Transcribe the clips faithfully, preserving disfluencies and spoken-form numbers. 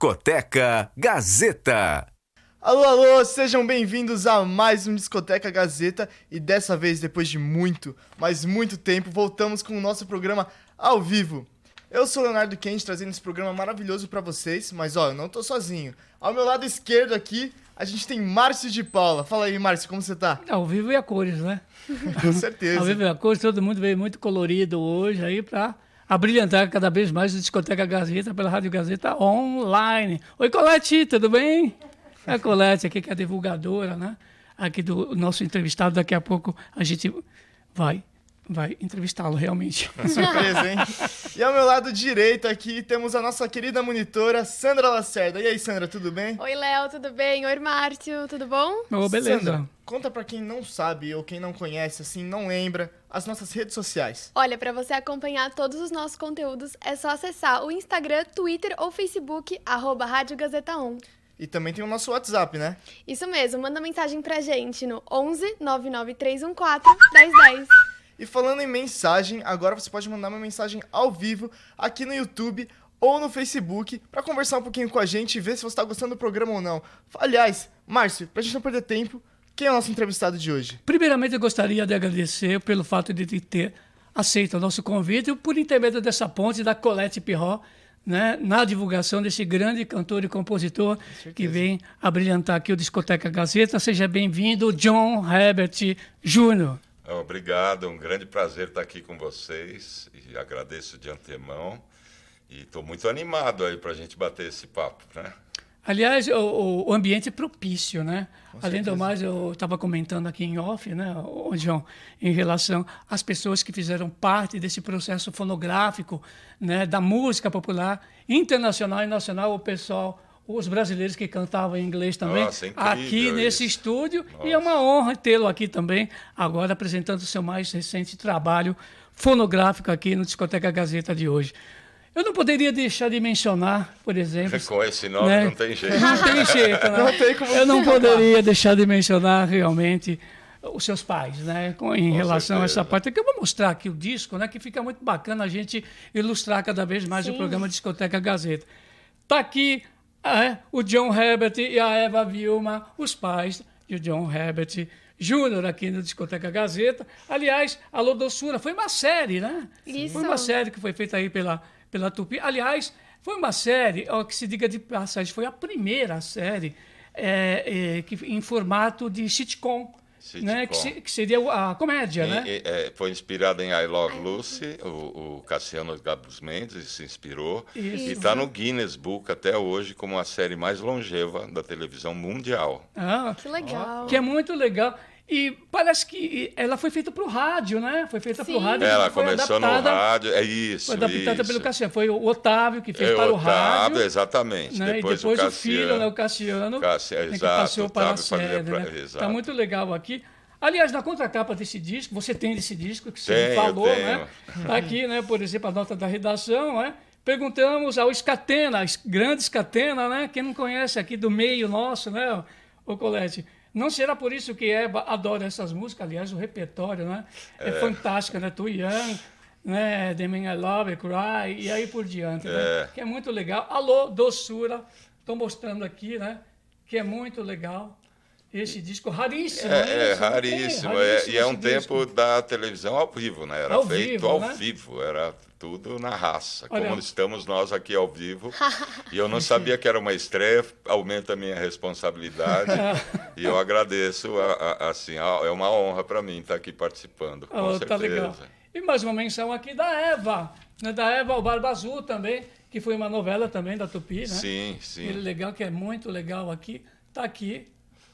Discoteca Gazeta. Alô, alô, sejam bem-vindos a mais um Discoteca Gazeta e dessa vez, depois de muito, mas muito tempo, voltamos com o nosso programa ao vivo. Eu sou o Leonardo Kent, trazendo esse programa maravilhoso pra vocês, mas ó, eu não tô sozinho. Ao meu lado esquerdo aqui, a gente tem Márcio de Paula. Fala aí, Márcio, como você tá? Ao vivo e a cores, né? Com certeza. Ao vivo e a cores, todo mundo veio muito colorido hoje aí pra abrilhantar cada vez mais o Discoteca Gazeta pela Rádio Gazeta Online. Oi, Colete, tudo bem? É a Colete aqui, que é a divulgadora, né? Aqui do nosso entrevistado. Daqui a pouco a gente vai, vai entrevistá-lo realmente. Surpresa, hein? E ao meu lado direito aqui temos a nossa querida monitora, Sandra Lacerda. E aí, Sandra, tudo bem? Oi, Léo, tudo bem? Oi, Márcio, tudo bom? Oh, beleza. Sandra, conta pra quem não sabe ou quem não conhece, assim, não lembra, as nossas redes sociais. Olha, para você acompanhar todos os nossos conteúdos, é só acessar o Instagram, Twitter ou Facebook, arroba Rádio Gazeta On. E também tem o nosso WhatsApp, né? Isso mesmo, manda mensagem pra gente no onze nove nove três um quatro um zero um zero. E falando em mensagem, agora você pode mandar uma mensagem ao vivo aqui no YouTube ou no Facebook pra conversar um pouquinho com a gente e ver se você tá gostando do programa ou não. Aliás, Márcio, pra gente não perder tempo, quem é o nosso entrevistado de hoje? Primeiramente, eu gostaria de agradecer pelo fato de ter aceito o nosso convite e por intermédio dessa ponte da Colete Pirró, né, na divulgação desse grande cantor e compositor que vem abrilhantar aqui o Discoteca Gazeta. Seja bem-vindo, John Herbert Júnior Obrigado, um grande prazer estar aqui com vocês e agradeço de antemão e estou muito animado aí para a gente bater esse papo, né? Aliás, o, o ambiente é propício, né? Com Além certeza. do mais, eu estava comentando aqui em off, né, ô, João, em relação às pessoas que fizeram parte desse processo fonográfico, né, da música popular internacional e nacional, o pessoal, os brasileiros que cantavam em inglês também, Nossa, incrível aqui nesse isso. estúdio. Nossa. E é uma honra tê-lo aqui também, agora apresentando o seu mais recente trabalho fonográfico aqui no Discoteca Gazeta de hoje. Eu não poderia deixar de mencionar, por exemplo... Com esse nome né? não tem jeito. Não tem jeito, né? Não tem como Eu não escapar. poderia deixar de mencionar realmente os seus pais, né? Com, em Com relação a essa certeza. parte. Aqui eu vou mostrar aqui o disco, né? Que fica muito bacana a gente ilustrar cada vez mais Sim. o programa Discoteca Gazeta. Está aqui é, o John Herbert e a Eva Vilma, os pais de John Herbert Júnior aqui no Discoteca Gazeta. Aliás, Alô Doçura foi uma série, né? Isso. Foi uma série que foi feita aí pela, pela Tupi. Aliás, foi uma série, ó, que se diga de passagem, foi a primeira série é, é, que, em formato de sitcom, Sitcom. né? Que, se, que seria a comédia, E- né? e- é, foi inspirada em I Love Lucy, o, o Cassiano Gabus Mendes se inspirou Isso. e está no Guinness Book até hoje como a série mais longeva da televisão mundial. Ah, Que legal. que é muito legal. E parece que ela foi feita para o rádio, né? Foi feita para o Sim. rádio. Ela foi começou no adaptada- rádio, é isso, Foi adaptada isso. pelo Cassiano. Foi o Otávio que fez É, para o Otávio, rádio. exatamente. Né? Depois, e depois o o, filho, né, o Cassiano, Cassi- né, que exato, passou para a Otávio fazia série. pra- Está exato. muito legal aqui. Aliás, na contracapa desse disco, você tem esse disco que você Tenho, falou, tenho. né? Tá aqui, né? Por exemplo, a nota da redação, né? Perguntamos ao Scatena, es- grande Scatena, né? Quem não conhece aqui do meio nosso, né, o Colete? Não será por isso que Eva adora essas músicas? Aliás, o repertório, né? É, fantástico, né? Too Young, né? The Man I Love, Cry, e aí por diante, né? É. Que é muito legal. Alô, Doçura, estou mostrando aqui, né? Que é muito legal. Esse disco raríssimo, né? É, é Isso, não tem, raríssimo, é, raríssimo e é um esse tempo disco. da televisão ao vivo, né? Era Ao feito vivo, ao né? vivo, era tudo na raça, Olha, como estamos nós aqui ao vivo. E eu não sabia que era uma estreia, aumenta a minha responsabilidade. E eu agradeço, a- a- assim, a- é uma honra para mim estar aqui participando, com Oh, certeza. tá legal. E mais uma menção aqui da Eva, né? Da Eva, o Barba Azul também, que foi uma novela também da Tupi, né? Sim, sim. Ele legal, que é muito legal aqui. Tá aqui,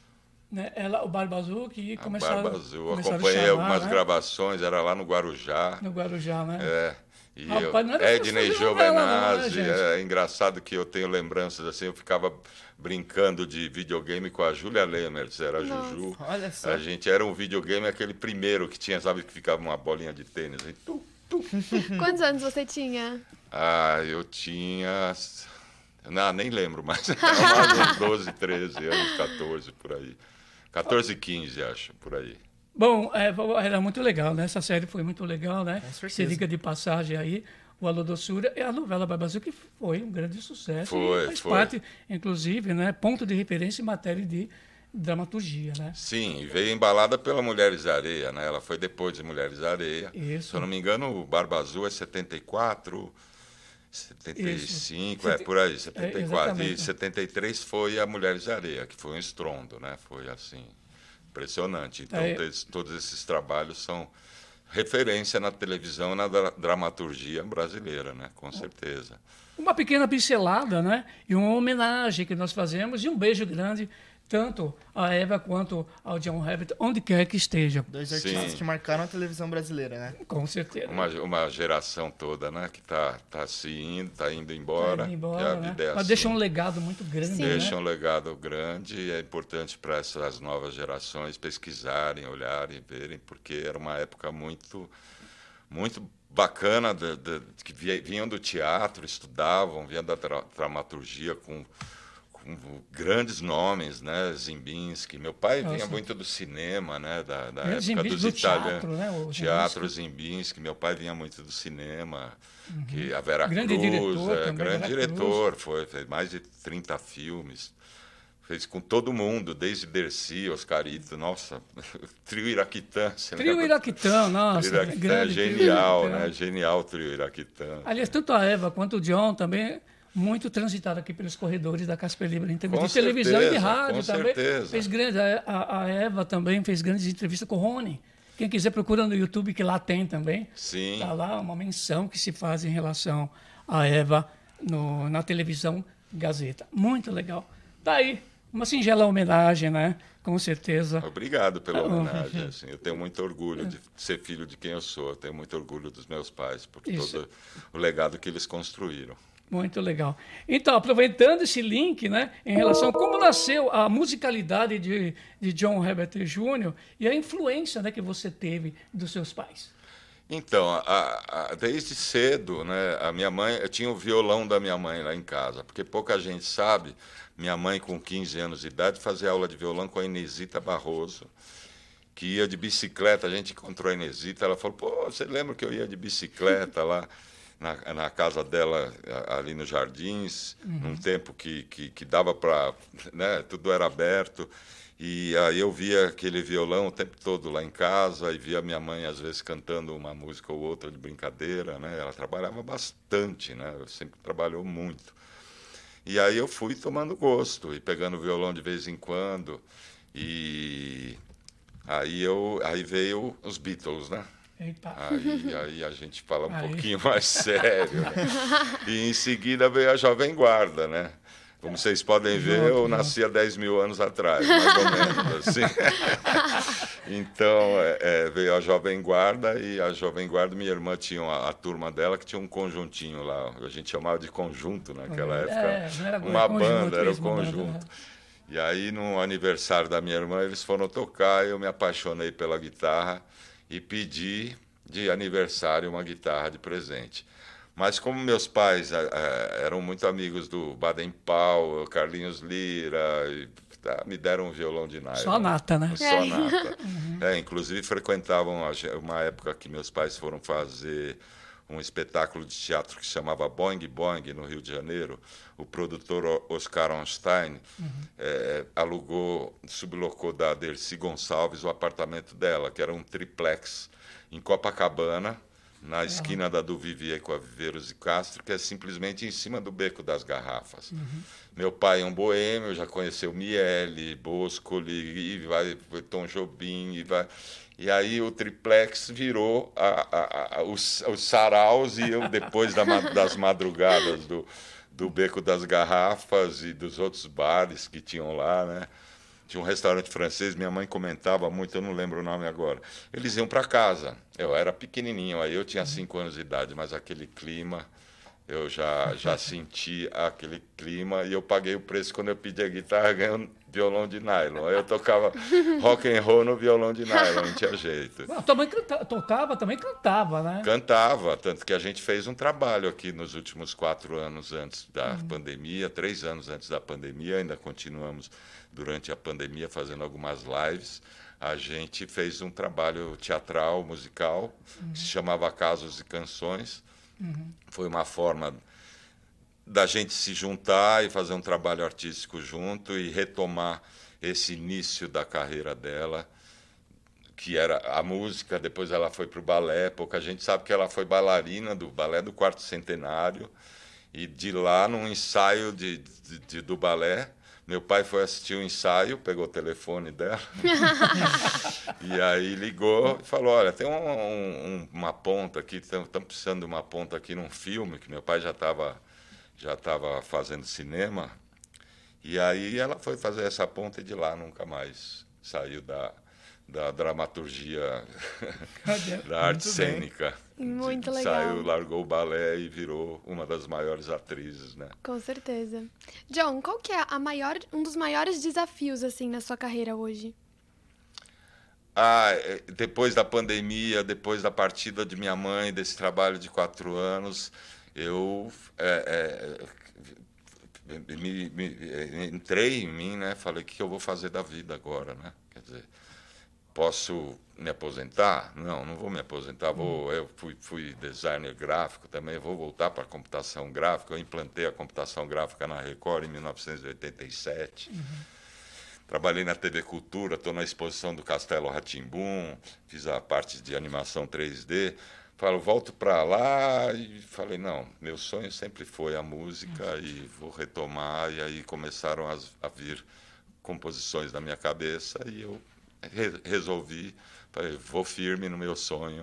né? Ela, o Barba Azul, que A começaram, Barba Azul, começaram a acompanhei chamar, algumas né? gravações, era lá no Guarujá. No Guarujá, né? É. E Rapaz, não eu, era Ednei fácil fazer novela, não, né, Giovenazzi, gente? é engraçado que eu tenho lembranças assim, eu ficava brincando de videogame com a Júlia Lemers, era a Nossa. Juju. Olha só. A gente era um videogame, aquele primeiro que tinha, sabe, que ficava uma bolinha de tênis. Aí, tum, tum. Quantos anos você tinha? Ah, eu tinha... Não, nem lembro, mas era mais uns doze, treze anos, quatorze, por aí. quatorze, quinze, acho, por aí. Bom, é, era muito legal, né? Essa série foi muito legal, né? Com certeza. Se liga de passagem aí. o Alô Doçura e a novela Barba Azul, que foi um grande sucesso. Foi, e faz foi. parte, inclusive, né, ponto de referência em matéria de dramaturgia, né? Sim, e veio embalada pela Mulheres da Areia, né? Ela foi depois de Mulheres da Areia. Isso. Se eu não me engano, o Barba Azul é setenta e quatro, setenta e cinco, Isso. é por aí, setenta e quatro. É, e exatamente. setenta e três foi a Mulheres da Areia, que foi um estrondo, né? Foi assim, impressionante. Então, É. tes- todos esses trabalhos são referência na televisão e na dra- dramaturgia brasileira, né? Com certeza. Uma pequena pincelada, né? E uma homenagem que nós fazemos e um beijo grande tanto a Eva quanto ao John Herbert, onde quer que estejam. Dois Sim. artistas que marcaram a televisão brasileira, né? Com certeza. Uma, uma geração toda, né? Que está tá se indo, está indo embora. Tá indo embora, que a né? vida é Mas assim. deixa um legado muito grande, Sim. Deixa né? um legado grande e é importante para essas novas gerações pesquisarem, olharem, verem, porque era uma época muito, muito bacana, de, de, que vi- vinham do teatro, estudavam, vinham da dra- dramaturgia com, com grandes nomes, né? Zimbinski. Meu pai vinha Nossa. muito do cinema, né? Da, da É, época Zimbinski dos do italianos. teatro, né? O Teatro Zimbinski. Meu pai vinha muito do cinema. Que a Vera Grande Cruz, diretor é, também, grande Vera diretor, foi, fez mais de trinta filmes. Fez com todo mundo, desde Dercy, Oscarito, nossa, Trio Iraquitã. você Trio lembra? Iraquitã, nossa. Trio Iraquitã é grande Trio genial, Iraquitã. né? Genial o Trio Iraquitã. Aliás, tanto a Eva quanto o John também muito transitado aqui pelos corredores da Casper Libra, em termos Com de televisão e de certeza, rádio com também. certeza. Fez grande, a, a- a Eva também fez grandes entrevistas com o Rony. Quem quiser procura no YouTube, que lá tem também. Sim. Está lá uma menção que se faz em relação a Eva no- na televisão Gazeta. Muito legal. Tá aí, uma singela homenagem, né? Com certeza. Obrigado pela Ah, homenagem. Assim, eu tenho muito orgulho de ser filho de quem eu sou. Eu tenho muito orgulho dos meus pais, por Isso. todo o legado que eles construíram. Muito legal. Então, aproveitando esse link, né, em relação a como nasceu a musicalidade de, de John Herbert Júnior e a influência, né, que você teve dos seus pais. Então, a- a- desde cedo, né, a minha mãe, eu tinha o violão da minha mãe lá em casa, porque pouca gente sabe, minha mãe com quinze anos de idade fazia aula de violão com a Inesita Barroso, que ia de bicicleta, a gente encontrou a Inesita, ela falou, pô, você lembra que eu ia de bicicleta lá na, na casa dela, a- ali nos Jardins, num tempo que, que, que dava para, né, tudo era aberto, e aí eu via aquele violão o tempo todo lá em casa e via minha mãe às vezes cantando uma música ou outra de brincadeira, né? Ela trabalhava bastante, né? Ela sempre trabalhou muito. E aí eu fui tomando gosto e pegando o violão de vez em quando. E aí eu aí veio os Beatles, né? Eita. Aí, aí a gente fala um Aí. pouquinho mais sério. Né? E em seguida veio a Jovem Guarda, né? Como vocês podem ver, eu nasci há dez mil anos atrás, mais ou menos assim. Então, é, é, veio a Jovem Guarda e a Jovem Guarda, minha irmã tinha a, a turma dela que tinha um conjuntinho lá, a gente chamava de conjunto naquela É, época, não era uma conjunto banda, era o mesmo, banda, conjunto. né? E aí, no aniversário da minha irmã, eles foram tocar, eu me apaixonei pela guitarra e pedi de aniversário uma guitarra de presente. Mas como meus pais eh, eh, eram muito amigos do Baden Powell, Carlinhos Lira, e, tá, me deram um violão de nylon. Só a nata, né? Só nata. É, inclusive frequentavam a ge- uma época que meus pais foram fazer um espetáculo de teatro que se chamava Boing Boing, no Rio de Janeiro. O produtor O- Oscar Onstein eh, alugou, sublocou da Dercy Gonçalves o apartamento dela, que era um triplex em Copacabana, na esquina da do Vivier com a Viveiros e Castro, que é simplesmente em cima do Beco das Garrafas. Meu pai é um boêmio, já conheceu Miele, Boscoli, e vai, Tom Jobim, e vai... E aí o triplex virou a, a, a, os, os saraus, e eu, depois da, ma- das madrugadas do, do Beco das Garrafas e dos outros bares que tinham lá, né? Tinha um restaurante francês, minha mãe comentava muito, eu não lembro o nome agora. Eles iam para casa. Eu era pequenininho, aí eu tinha cinco anos de idade, mas aquele clima, eu já, já senti aquele clima e eu paguei o preço quando eu pedi a guitarra, ganhei um violão de nylon. Aí eu tocava rock and roll no violão de nylon, não tinha jeito. Ah, tua mãe canta- tocava, também cantava, né? Cantava, tanto que a gente fez um trabalho aqui nos últimos quatro anos antes da pandemia, três anos antes da pandemia, ainda continuamos durante a pandemia fazendo algumas lives. A gente fez um trabalho teatral, musical, que se chamava Casos e Canções, Uhum. Foi uma forma da gente se juntar e fazer um trabalho artístico junto e retomar esse início da carreira dela, que era a música. Depois ela foi para o balé. Pouca gente sabe que ela foi bailarina do balé do Quarto Centenário, e de lá, num ensaio de, de, de, do balé, meu pai foi assistir o ensaio, pegou o telefone dela e aí ligou e falou: olha, tem um, um, uma ponta aqui, estamos precisando de uma ponta aqui num filme, que meu pai já estava já estava fazendo cinema. E aí ela foi fazer essa ponta e de lá nunca mais saiu da, da dramaturgia, da arte Muito cênica. Muito De- legal. Saiu, largou o balé e virou uma das maiores atrizes, né? Com certeza. John, qual que é a maior, um dos maiores desafios, assim, na sua carreira hoje? Ah, é, depois da pandemia, depois da partida de minha mãe, desse trabalho de quatro anos, eu é, é, me, me, entrei em mim, né? Falei: o que eu vou fazer da vida agora, né? Quer dizer, posso me aposentar? Não, não vou me aposentar. Vou, eu fui, fui designer gráfico também, vou voltar para a computação gráfica. Eu implantei a computação gráfica na Record em mil novecentos e oitenta e sete. Uhum. Trabalhei na T V Cultura, estou na exposição do Castelo Rá-Tim-Bum, fiz a parte de animação três D. Falo, volto para lá, e falei: não, meu sonho sempre foi a música e vou retomar. E aí começaram as, a vir composições na minha cabeça e eu re resolvi, falei: vou firme no meu sonho.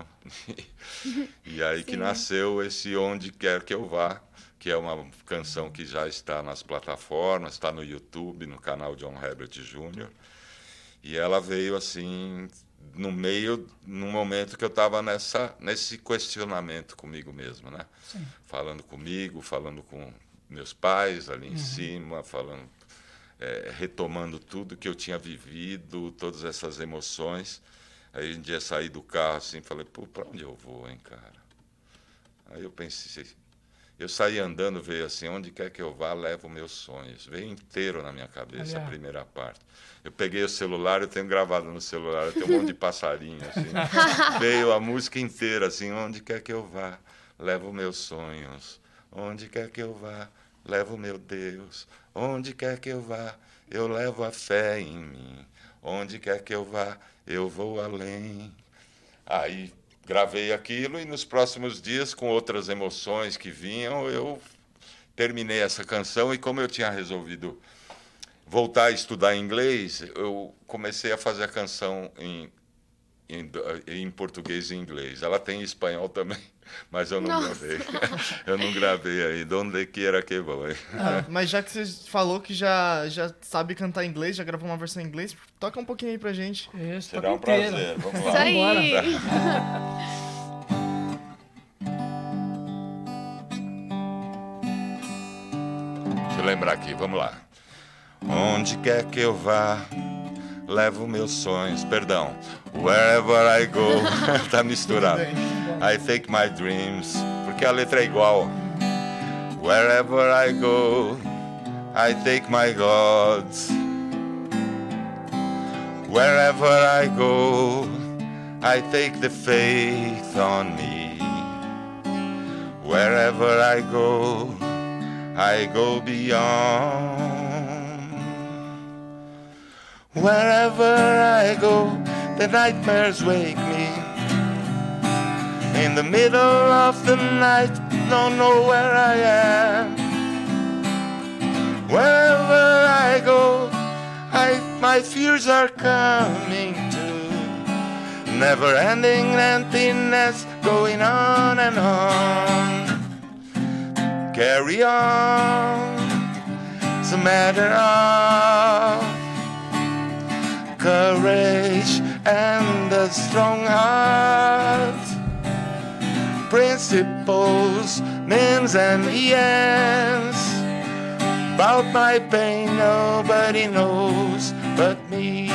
E aí Sim. que nasceu esse Onde Quer Que Eu Vá, que é uma canção que já está nas plataformas, está no YouTube, no canal John Herbert Júnior E ela veio assim, no meio, num momento que eu estava nessa nesse questionamento comigo mesmo, né? Sim. Falando comigo, falando com meus pais ali em uhum. cima, falando, é, retomando tudo que eu tinha vivido, todas essas emoções. Aí um dia saí do carro assim, falei: pô, para onde eu vou, hein, cara? Aí eu pensei, eu saí andando, veio assim: onde quer que eu vá, levo meus sonhos. Veio inteiro na minha cabeça, Olha. a primeira parte. Eu peguei o celular, eu tenho gravado no celular, eu tenho um monte de passarinho, assim. Veio a música inteira, assim: onde quer que eu vá, levo meus sonhos. Onde quer que eu vá, levo meu Deus. Onde quer que eu vá, eu levo a fé em mim. Onde quer que eu vá, eu vou além. Aí gravei aquilo e nos próximos dias, com outras emoções que vinham, eu terminei essa canção. E como eu tinha resolvido voltar a estudar inglês, eu comecei a fazer a canção em, em, em português e inglês. Ela tem em espanhol também, mas eu não Nossa. gravei. Eu não gravei ainda. Onde quiera que vá. Ah, mas já que você falou que já, já sabe cantar inglês, já gravou uma versão em inglês, toca um pouquinho aí pra gente. Isso, será um inteiro. prazer. Vamos lá. Isso aí. Deixa eu lembrar aqui, vamos lá. Onde quer que eu vá, levo meus sonhos, perdão. Wherever I go, tá misturado. I take my dreams, porque a letra é igual. Wherever I go, I take my gods. Wherever I go, I take the faith on me. Wherever I go, I go beyond. Wherever I go, the nightmares wake me. In the middle of the night, don't know where I am. Wherever I go, I, my fears are coming to. Never-ending emptiness going on and on. Carry on, it's a matter of courage and a strong heart. Principles, means and ends. About my pain nobody knows but me.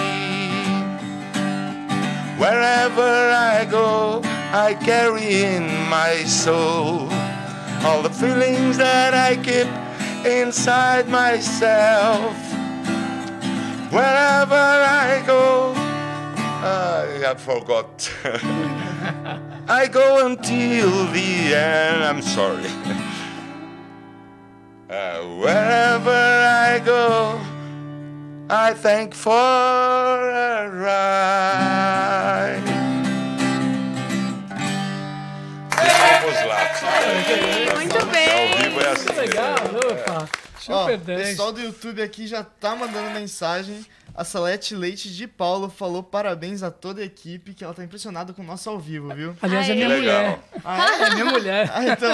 Wherever I go, I carry in my soul all the feelings that I keep inside myself. Wherever I go, I forgot. I go until the end. I'm sorry. uh, wherever I go, I thank for a ride. Vamos lá. Muito bem. Ao vivo é assim. Que legal, opa. Ó, Super o dez. pessoal do YouTube aqui já tá mandando mensagem. A Salete Leite de Paulo falou parabéns a toda a equipe, que ela tá impressionada com o nosso ao vivo, viu? Aliás, é Ai. minha Que mulher. legal. É minha mulher. Ah, então.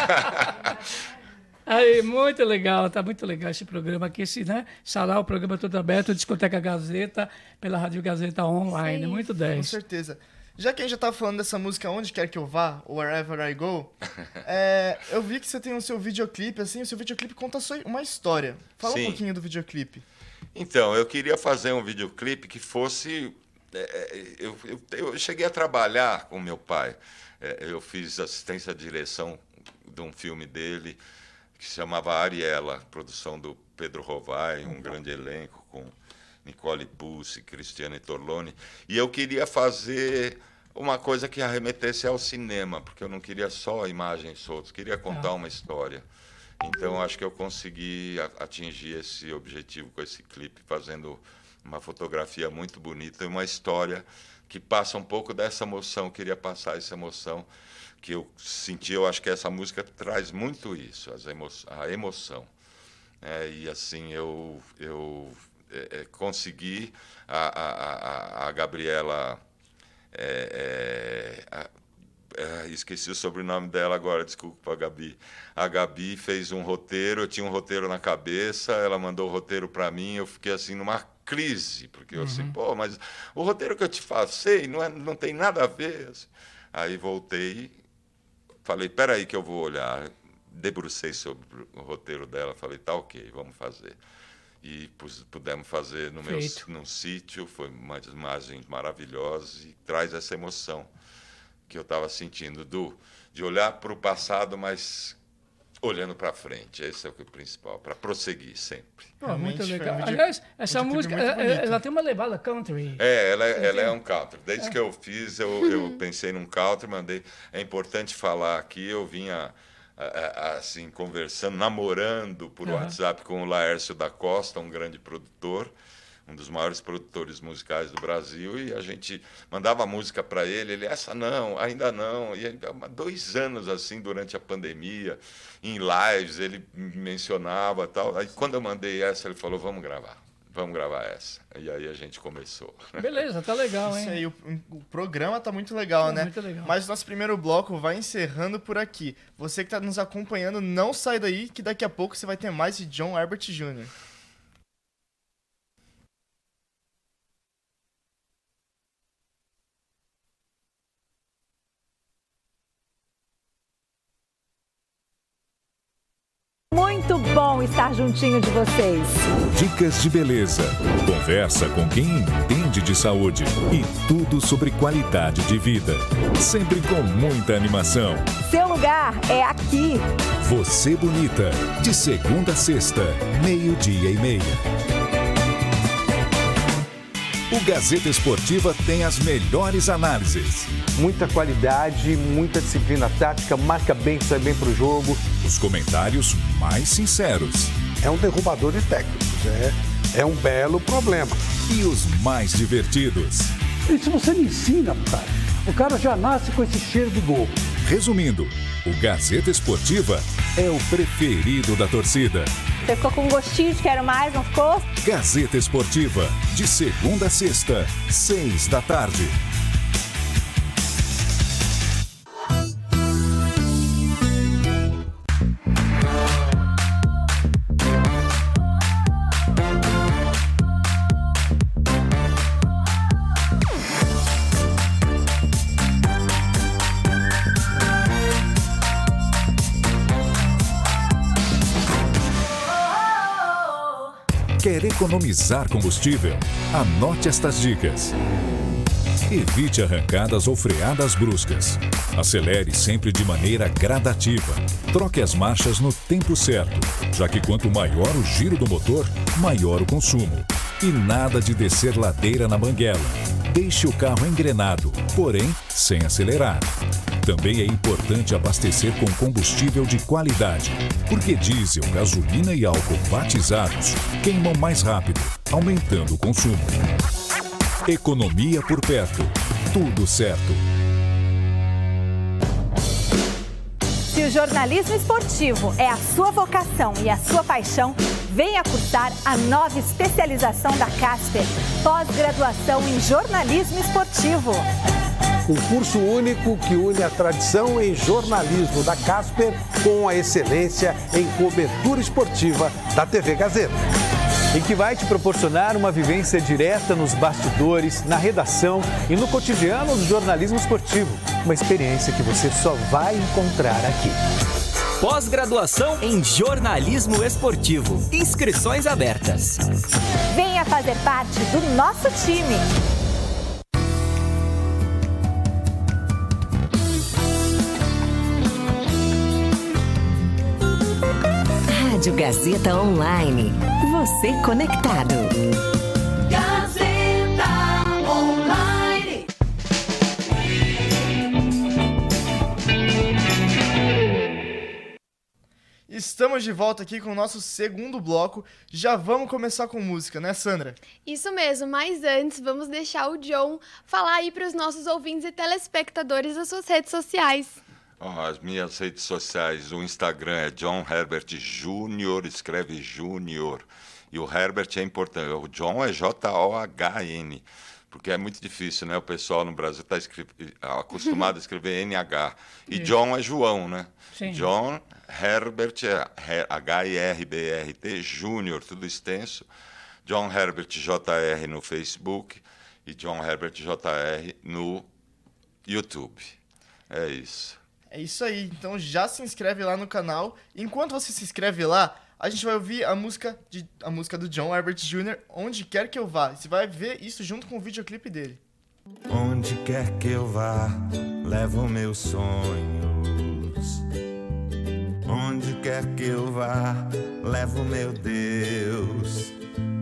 Aí, muito legal, tá muito legal esse programa aqui, esse, né? Sarau, o programa todo aberto, Discoteca Gazeta, pela Rádio Gazeta Online, Sim. muito Com dez. certeza. Já que a gente já tá falando dessa música Onde Quer Que Eu Vá, Wherever I Go, é, eu vi que você tem o seu videoclipe, assim, o seu videoclipe conta só uma história. Fala Sim. um pouquinho do videoclipe. Então, eu queria fazer um videoclipe que fosse... é, eu, eu, eu cheguei a trabalhar com meu pai. É, eu fiz assistência de direção de um filme dele que se chamava Ariela, produção do Pedro Rovai, um grande elenco com Nicole Pulse, Cristiane Torlone. E eu queria fazer uma coisa que arremetesse ao cinema, porque eu não queria só imagens soltas, queria contar Ah. uma história. Então, acho que eu consegui a- atingir esse objetivo com esse clipe, fazendo uma fotografia muito bonita e uma história que passa um pouco dessa emoção. Eu queria passar essa emoção que eu senti. Eu acho que essa música traz muito isso, as emo a emoção. É, e assim, eu, eu é, é, consegui, a, a, a, a Gabriela... É, é, a, É, esqueci o sobrenome dela agora, desculpa, a Gabi. A Gabi fez um roteiro, eu tinha um roteiro na cabeça, ela mandou o roteiro para mim, eu fiquei assim numa crise, porque eu assim, pô, mas o roteiro que eu te passei não, é, não tem nada a ver. Assim. Aí voltei, falei, peraí que eu vou olhar, debrucei sobre o roteiro dela, falei, tá ok, vamos fazer. E pus, pudemos fazer no meu, num sítio, foi umas imagens maravilhosas e traz essa emoção que eu estava sentindo, do, de olhar para o passado, mas olhando para frente. Esse é o principal, para prosseguir sempre. Pô, Realmente muito foi um legal. vídeo- Aliás, essa videoclipe música, muito ela, ela- bonito. ela tem uma levada country. É, ela, é- ela é um country. Desde que eu fiz, eu, eu pensei num country, mandei. É importante falar aqui, eu vinha a- a- assim, conversando, namorando por Aham. WhatsApp com o Laércio da Costa, um grande produtor, um dos maiores produtores musicais do Brasil, e a gente mandava música para ele, ele, essa não, ainda não, e ele, há dois anos assim, durante a pandemia, em lives, ele mencionava tal, aí quando eu mandei essa, ele falou, vamos gravar, vamos gravar essa, e aí a gente começou. Beleza, tá legal, Isso hein? aí, o, o programa tá muito legal, Tá né? muito legal. Mas nosso primeiro bloco vai encerrando por aqui. Você que tá nos acompanhando, não sai daí, que daqui a pouco você vai ter mais de John Herbert Júnior Muito bom estar juntinho de vocês. Dicas de beleza. Conversa com quem entende de saúde. E tudo sobre qualidade de vida. Sempre com muita animação. Seu lugar é aqui. Você Bonita. De segunda a sexta, meio-dia e meia. O Gazeta Esportiva tem as melhores análises. Muita qualidade, muita disciplina tática, marca bem, sai bem pro jogo. Os comentários mais sinceros. É um derrubador de técnicos, é, é um belo problema. E os mais divertidos. E se você me ensina, cara, o cara já nasce com esse cheiro de gol. Resumindo, o Gazeta Esportiva é o preferido da torcida. Você ficou com um gostinho de quero mais, não ficou? Gazeta Esportiva, de segunda a sexta, seis da tarde. Quer economizar combustível? Anote estas dicas. Evite arrancadas ou freadas bruscas. Acelere sempre de maneira gradativa. Troque as marchas no tempo certo, já que quanto maior o giro do motor, maior o consumo. E nada de descer ladeira na banguela. Deixe o carro engrenado, porém sem acelerar. Também é importante abastecer com combustível de qualidade, porque diesel, gasolina e álcool batizados queimam mais rápido, aumentando o consumo. Economia por perto. Tudo certo. Se o jornalismo esportivo é a sua vocação e a sua paixão, venha cursar a nova especialização da Casper, pós-graduação em jornalismo esportivo. Um curso único que une a tradição em jornalismo da Casper com a excelência em cobertura esportiva da T V Gazeta. E que vai te proporcionar uma vivência direta nos bastidores, na redação e no cotidiano do jornalismo esportivo. Uma experiência que você só vai encontrar aqui. Pós-graduação em jornalismo esportivo. Inscrições abertas. Venha fazer parte do nosso time. Rádio Gazeta Online. Você conectado. Gazeta Online. Estamos de volta aqui com o nosso segundo bloco. Já vamos começar com música, né, Sandra? Isso mesmo, mas antes vamos deixar o John falar aí para os nossos ouvintes e telespectadores as suas redes sociais. Oh, as minhas redes sociais, o Instagram é John Herbert Júnior, escreve Júnior. E o Herbert é importante, o John é J O H N, porque é muito difícil, né? O pessoal no Brasil está acostumado a escrever N H. E Isso. John é João, né? Sim. John Herbert é H I R B R T, Júnior, tudo extenso. John Herbert J R no Facebook e John Herbert J R no YouTube. É isso. É isso aí, então já se inscreve lá no canal. Enquanto você se inscreve lá, a gente vai ouvir a música, de, a música do John Herbert Júnior, Onde Quer Que Eu Vá. Você vai ver isso junto com o videoclipe dele. Onde quer que eu vá, levo meus sonhos. Onde quer que eu vá, levo meu Deus.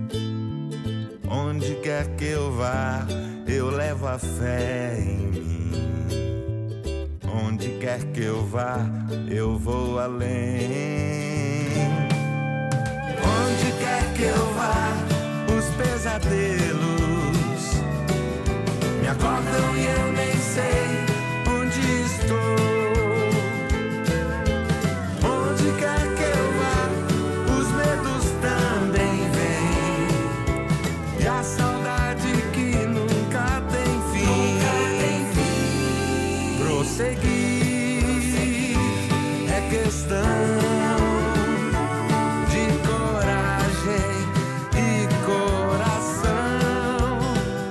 Onde quer que eu vá, eu levo a fé em mim. Onde quer que eu vá, eu vou além. Onde quer que eu vá, os pesadelos me acordam e eu nem sei onde estou. Onde quer que eu vá, os medos também vêm. E a saudade que nunca tem fim. Nunca tem fim. Prosseguir é questão de coragem e coração.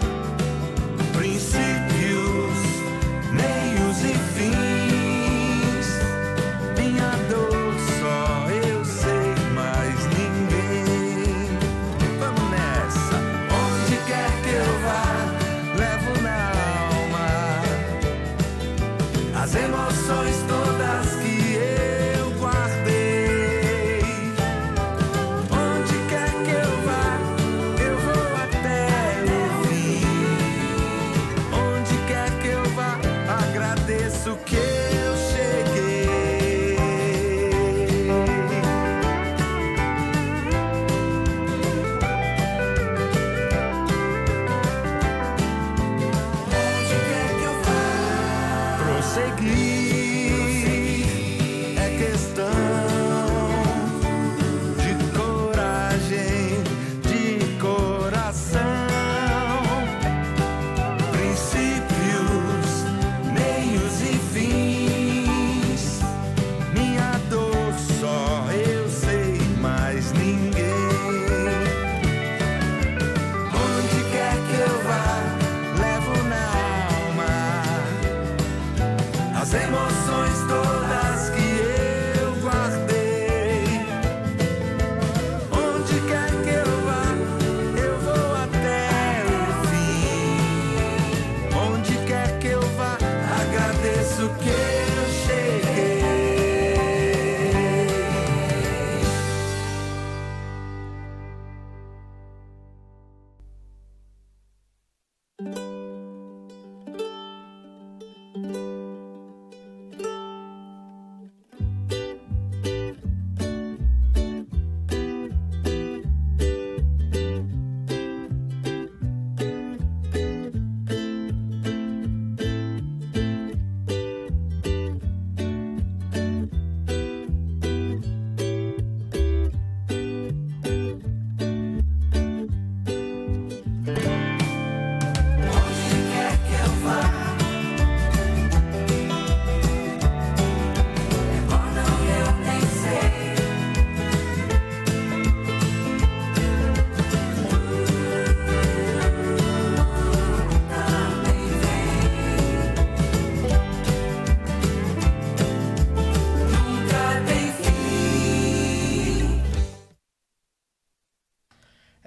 Princípios, meios e fins. Minha dor só eu sei, mais ninguém. Vamos nessa. Onde quer que eu vá, levo na alma as emoções todas que eu guardei.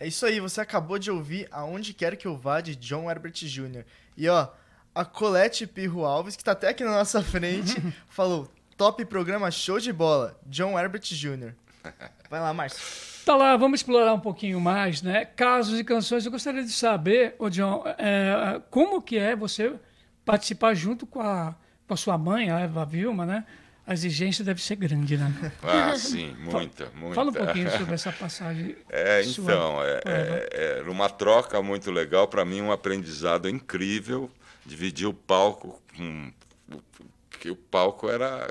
É isso aí, você acabou de ouvir Aonde Quer Que Eu Vá, de John Herbert Júnior E ó, a Colete Pirro Alves, que tá até aqui na nossa frente, falou, top programa, show de bola, John Herbert Júnior Vai lá, Márcio. Tá lá, vamos explorar um pouquinho mais, né? Casos e canções. Eu gostaria de saber, ô John, é, como que é você participar junto com a, com a sua mãe, a Eva Vilma, né? A exigência deve ser grande, né? Ah, sim, muita, muita. Fala um pouquinho sobre essa passagem. É, sua. então, é, é, é uma troca muito legal, para mim um aprendizado incrível, dividir o palco com... que o palco era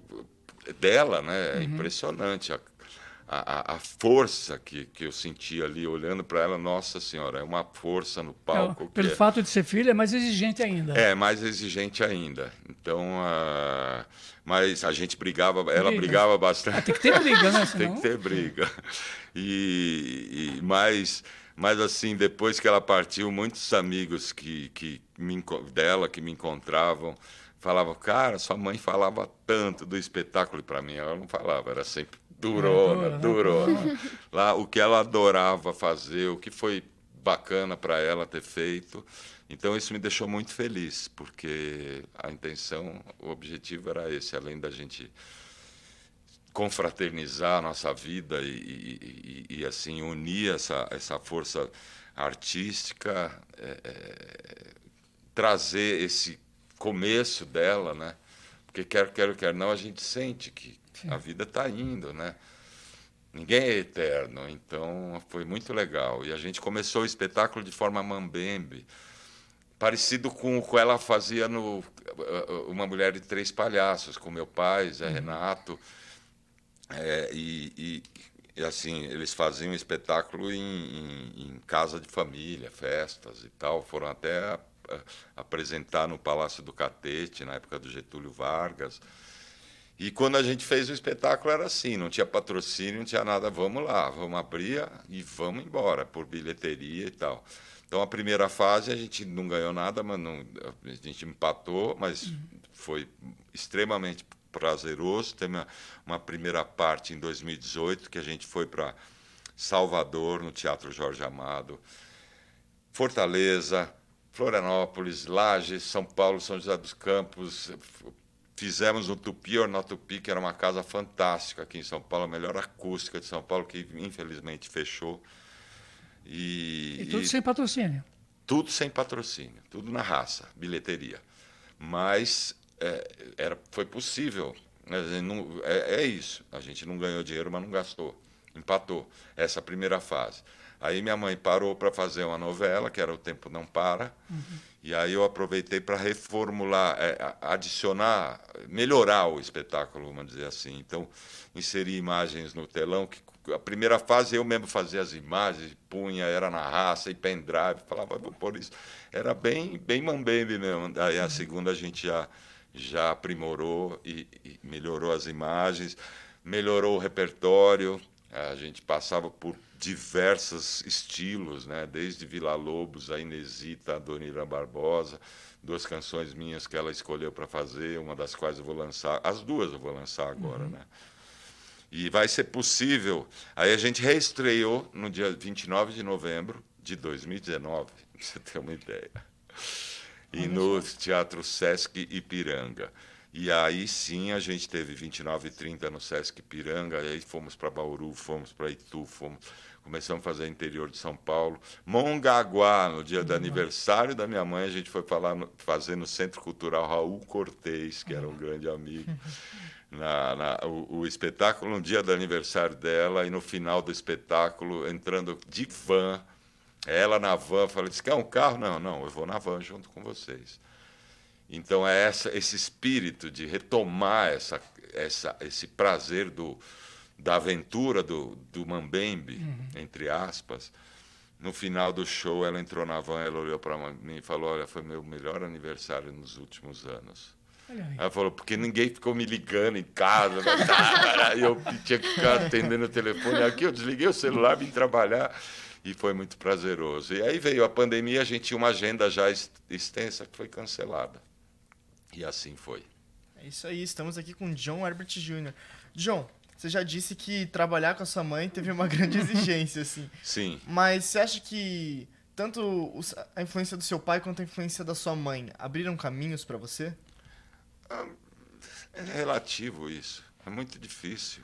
dela, né? É uhum. impressionante a, a, a força que, que eu sentia ali, olhando para ela, nossa senhora, é uma força no palco. É, pelo que fato de ser filha, é mais exigente ainda. É, mais exigente ainda. Então, uh, mas a gente brigava, ela briga. brigava bastante. Ah, tem que ter briga, né? Senão... Tem que ter briga. E, e mais... Mas, assim, depois que ela partiu, muitos amigos que, que me, dela que me encontravam falavam, cara, sua mãe falava tanto do espetáculo, e para mim ela não falava, era sempre durona, é, durona. durona. Lá, o que ela adorava fazer, o que foi bacana para ela ter feito. Então, isso me deixou muito feliz, porque a intenção, o objetivo era esse, além da gente confraternizar a nossa vida e, e, e, e assim, unir essa, essa força artística, é, é, trazer esse começo dela, né? Porque quer, quer, quer não, a gente sente que Sim. a vida está indo, né? Ninguém é eterno, então foi muito legal. E a gente começou o espetáculo de forma mambembe, parecido com o que ela fazia no Uma Mulher de Três Palhaços, com meu pai, Zé uhum. Renato. É, e, e, e assim, eles faziam espetáculo em, em, em casa de família, festas e tal. Foram até a, a, apresentar no Palácio do Catete, na época do Getúlio Vargas. E quando a gente fez o espetáculo era assim, não tinha patrocínio, não tinha nada, vamos lá, vamos abrir e vamos embora, por bilheteria e tal. Então, a primeira fase a gente não ganhou nada, mas não, a gente empatou, mas uhum. foi extremamente prazeroso. Teve uma, uma primeira parte em dois mil e dezoito, que a gente foi para Salvador, no Teatro Jorge Amado, Fortaleza, Florianópolis, Lages, São Paulo, São José dos Campos. Fizemos no Tupi ou na Tupi, que era uma casa fantástica aqui em São Paulo, a melhor acústica de São Paulo, que infelizmente fechou. E, e tudo e, sem patrocínio? Tudo sem patrocínio, tudo na raça, bilheteria. Mas é, era, foi possível. Não, é, é isso, a gente não ganhou dinheiro, mas não gastou. Empatou, essa primeira fase. Aí minha mãe parou para fazer uma novela, que era O Tempo Não Para, uhum. e aí eu aproveitei para reformular, é, adicionar, melhorar o espetáculo, vamos dizer assim. Então, inseri imagens no telão, que a primeira fase eu mesmo fazia as imagens, punha, era na raça, e pendrive, falava, vou pôr isso. Era bem, bem mambembe mesmo. Aí a segunda a gente já, já aprimorou e, e melhorou as imagens, melhorou o repertório, a gente passava por diversos estilos, né? Desde Villa-Lobos, a Inesita, a Dona Irã Barbosa, duas canções minhas que ela escolheu para fazer, uma das quais eu vou lançar, as duas eu vou lançar agora, uhum. né? E vai ser possível. Aí a gente reestreou no dia vinte e nove de novembro de dois mil e dezenove, para você ter uma ideia, e no Teatro Sesc Ipiranga. E aí sim a gente teve vinte e nove e trinta no Sesc Ipiranga, aí fomos para Bauru, fomos para Itu, fomos, começamos a fazer interior de São Paulo. Mongaguá, no dia do aniversário da minha mãe, a gente foi falar no, fazer no Centro Cultural Raul Cortez, que era um grande amigo. Na, na, o, o espetáculo no dia do aniversário dela, e no final do espetáculo, entrando de van, ela na van, falei, disse, quer um carro? Não, não, eu vou na van junto com vocês. Então, é essa, esse espírito de retomar essa, essa, esse prazer do, da aventura do, do mambembe, uhum. entre aspas. No final do show, ela entrou na van, ela olhou para mim e falou, olha, foi meu melhor aniversário nos últimos anos. Ela falou, porque ninguém ficou me ligando em casa, e eu tinha que ficar atendendo o telefone. Aqui eu desliguei o celular, vim trabalhar, e foi muito prazeroso. E aí veio a pandemia, a gente tinha uma agenda já extensa que foi cancelada. E assim foi. É isso aí, estamos aqui com John Herbert Júnior John, você já disse que trabalhar com a sua mãe teve uma grande exigência, assim. Sim. Mas você acha que tanto a influência do seu pai quanto a influência da sua mãe abriram caminhos para você? É relativo isso. É muito difícil.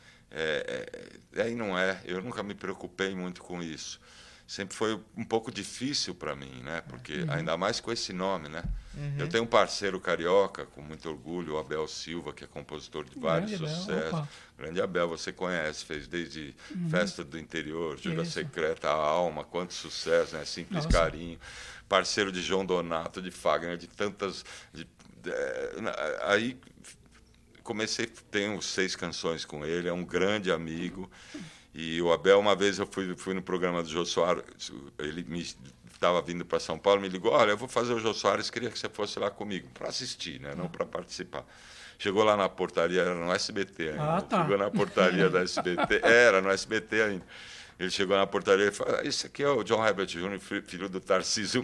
É, é, aí não é. Eu nunca me preocupei muito com isso. Sempre foi um pouco difícil para mim, né? Porque uhum. ainda mais com esse nome, né? Uhum. Eu tenho um parceiro carioca, com muito orgulho, o Abel Silva, que é compositor de vários Grande sucessos. Abel. Grande Abel, você conhece, fez desde uhum. Festa do Interior, Jura Isso. Secreta, A Alma, quanto sucesso, né? Simples Nossa. Carinho. Parceiro de João Donato, de Fagner, de tantas... De, de, aí comecei, tenho seis canções com ele, é um grande amigo. E o Abel, uma vez eu fui, fui no programa do Jô Soares, ele me estava vindo para São Paulo, me ligou, olha, eu vou fazer o Jô Soares, queria que você fosse lá comigo, para assistir, né? Não para participar. Chegou lá na portaria, era no S B T ainda. Ah, tá. Chegou na portaria da S B T, era no S B T ainda. Ele chegou na portaria e falou, esse aqui é o John Herbert Júnior, filho do Tarcísio.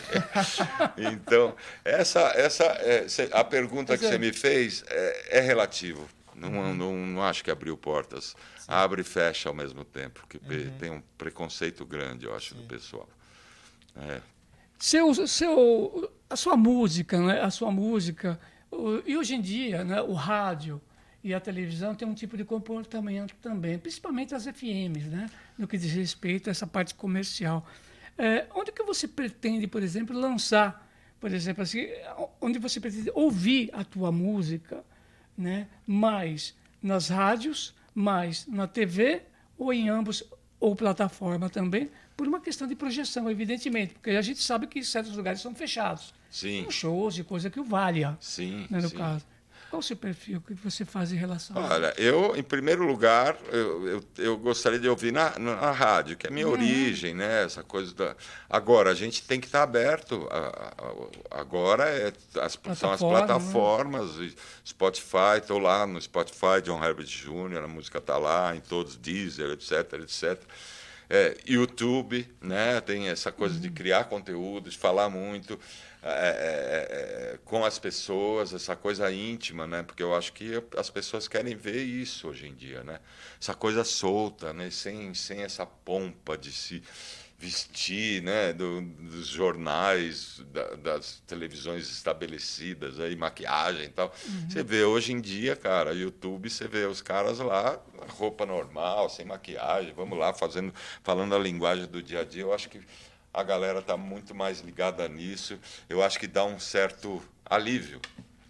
Então, essa, essa, é, a pergunta que você me fez é, é relativo. Não, não, não acho que abriu portas. Sim. Abre e fecha ao mesmo tempo, porque uhum. tem um preconceito grande, eu acho, Sim. do pessoal. É. Seu, seu, a sua música, né? A sua música, e hoje em dia, né? O rádio e a televisão tem um tipo de comportamento também, principalmente as F Ms, né? No que diz respeito a essa parte comercial. É, onde que você pretende, por exemplo, lançar, por exemplo, assim, onde você pretende ouvir a tua música, né? Mais nas rádios, mais na T V, ou em ambos, ou plataforma também, por uma questão de projeção, evidentemente, porque a gente sabe que certos lugares são fechados. Sim. Com shows e coisa que o valha, sim, né, no sim. caso. Qual o seu perfil? O que você faz em relação Olha, a isso? eu, em primeiro lugar, eu, eu, eu gostaria de ouvir na, na rádio, que é a minha uhum. origem, né? Essa coisa da... Agora, a gente tem que estar aberto. A, a, agora é, as, são as plataformas, né? Spotify, estou lá no Spotify, John Herbert Júnior, a música está lá, em todos, Deezer, etc, etcétera. É, YouTube, né? Tem essa coisa uhum. de criar conteúdo, de falar muito... É, é, é, com as pessoas, essa coisa íntima, né? Porque eu acho que as pessoas querem ver isso hoje em dia, né? Essa coisa solta, né? Sem, sem essa pompa de se vestir, né? Do, dos jornais, da, das televisões estabelecidas, aí, maquiagem e tal. Uhum. Você vê hoje em dia, cara, YouTube, você vê os caras lá, roupa normal, sem maquiagem, vamos lá, fazendo, falando a linguagem do dia a dia. Eu acho que a galera está muito mais ligada nisso. Eu acho que dá um certo alívio.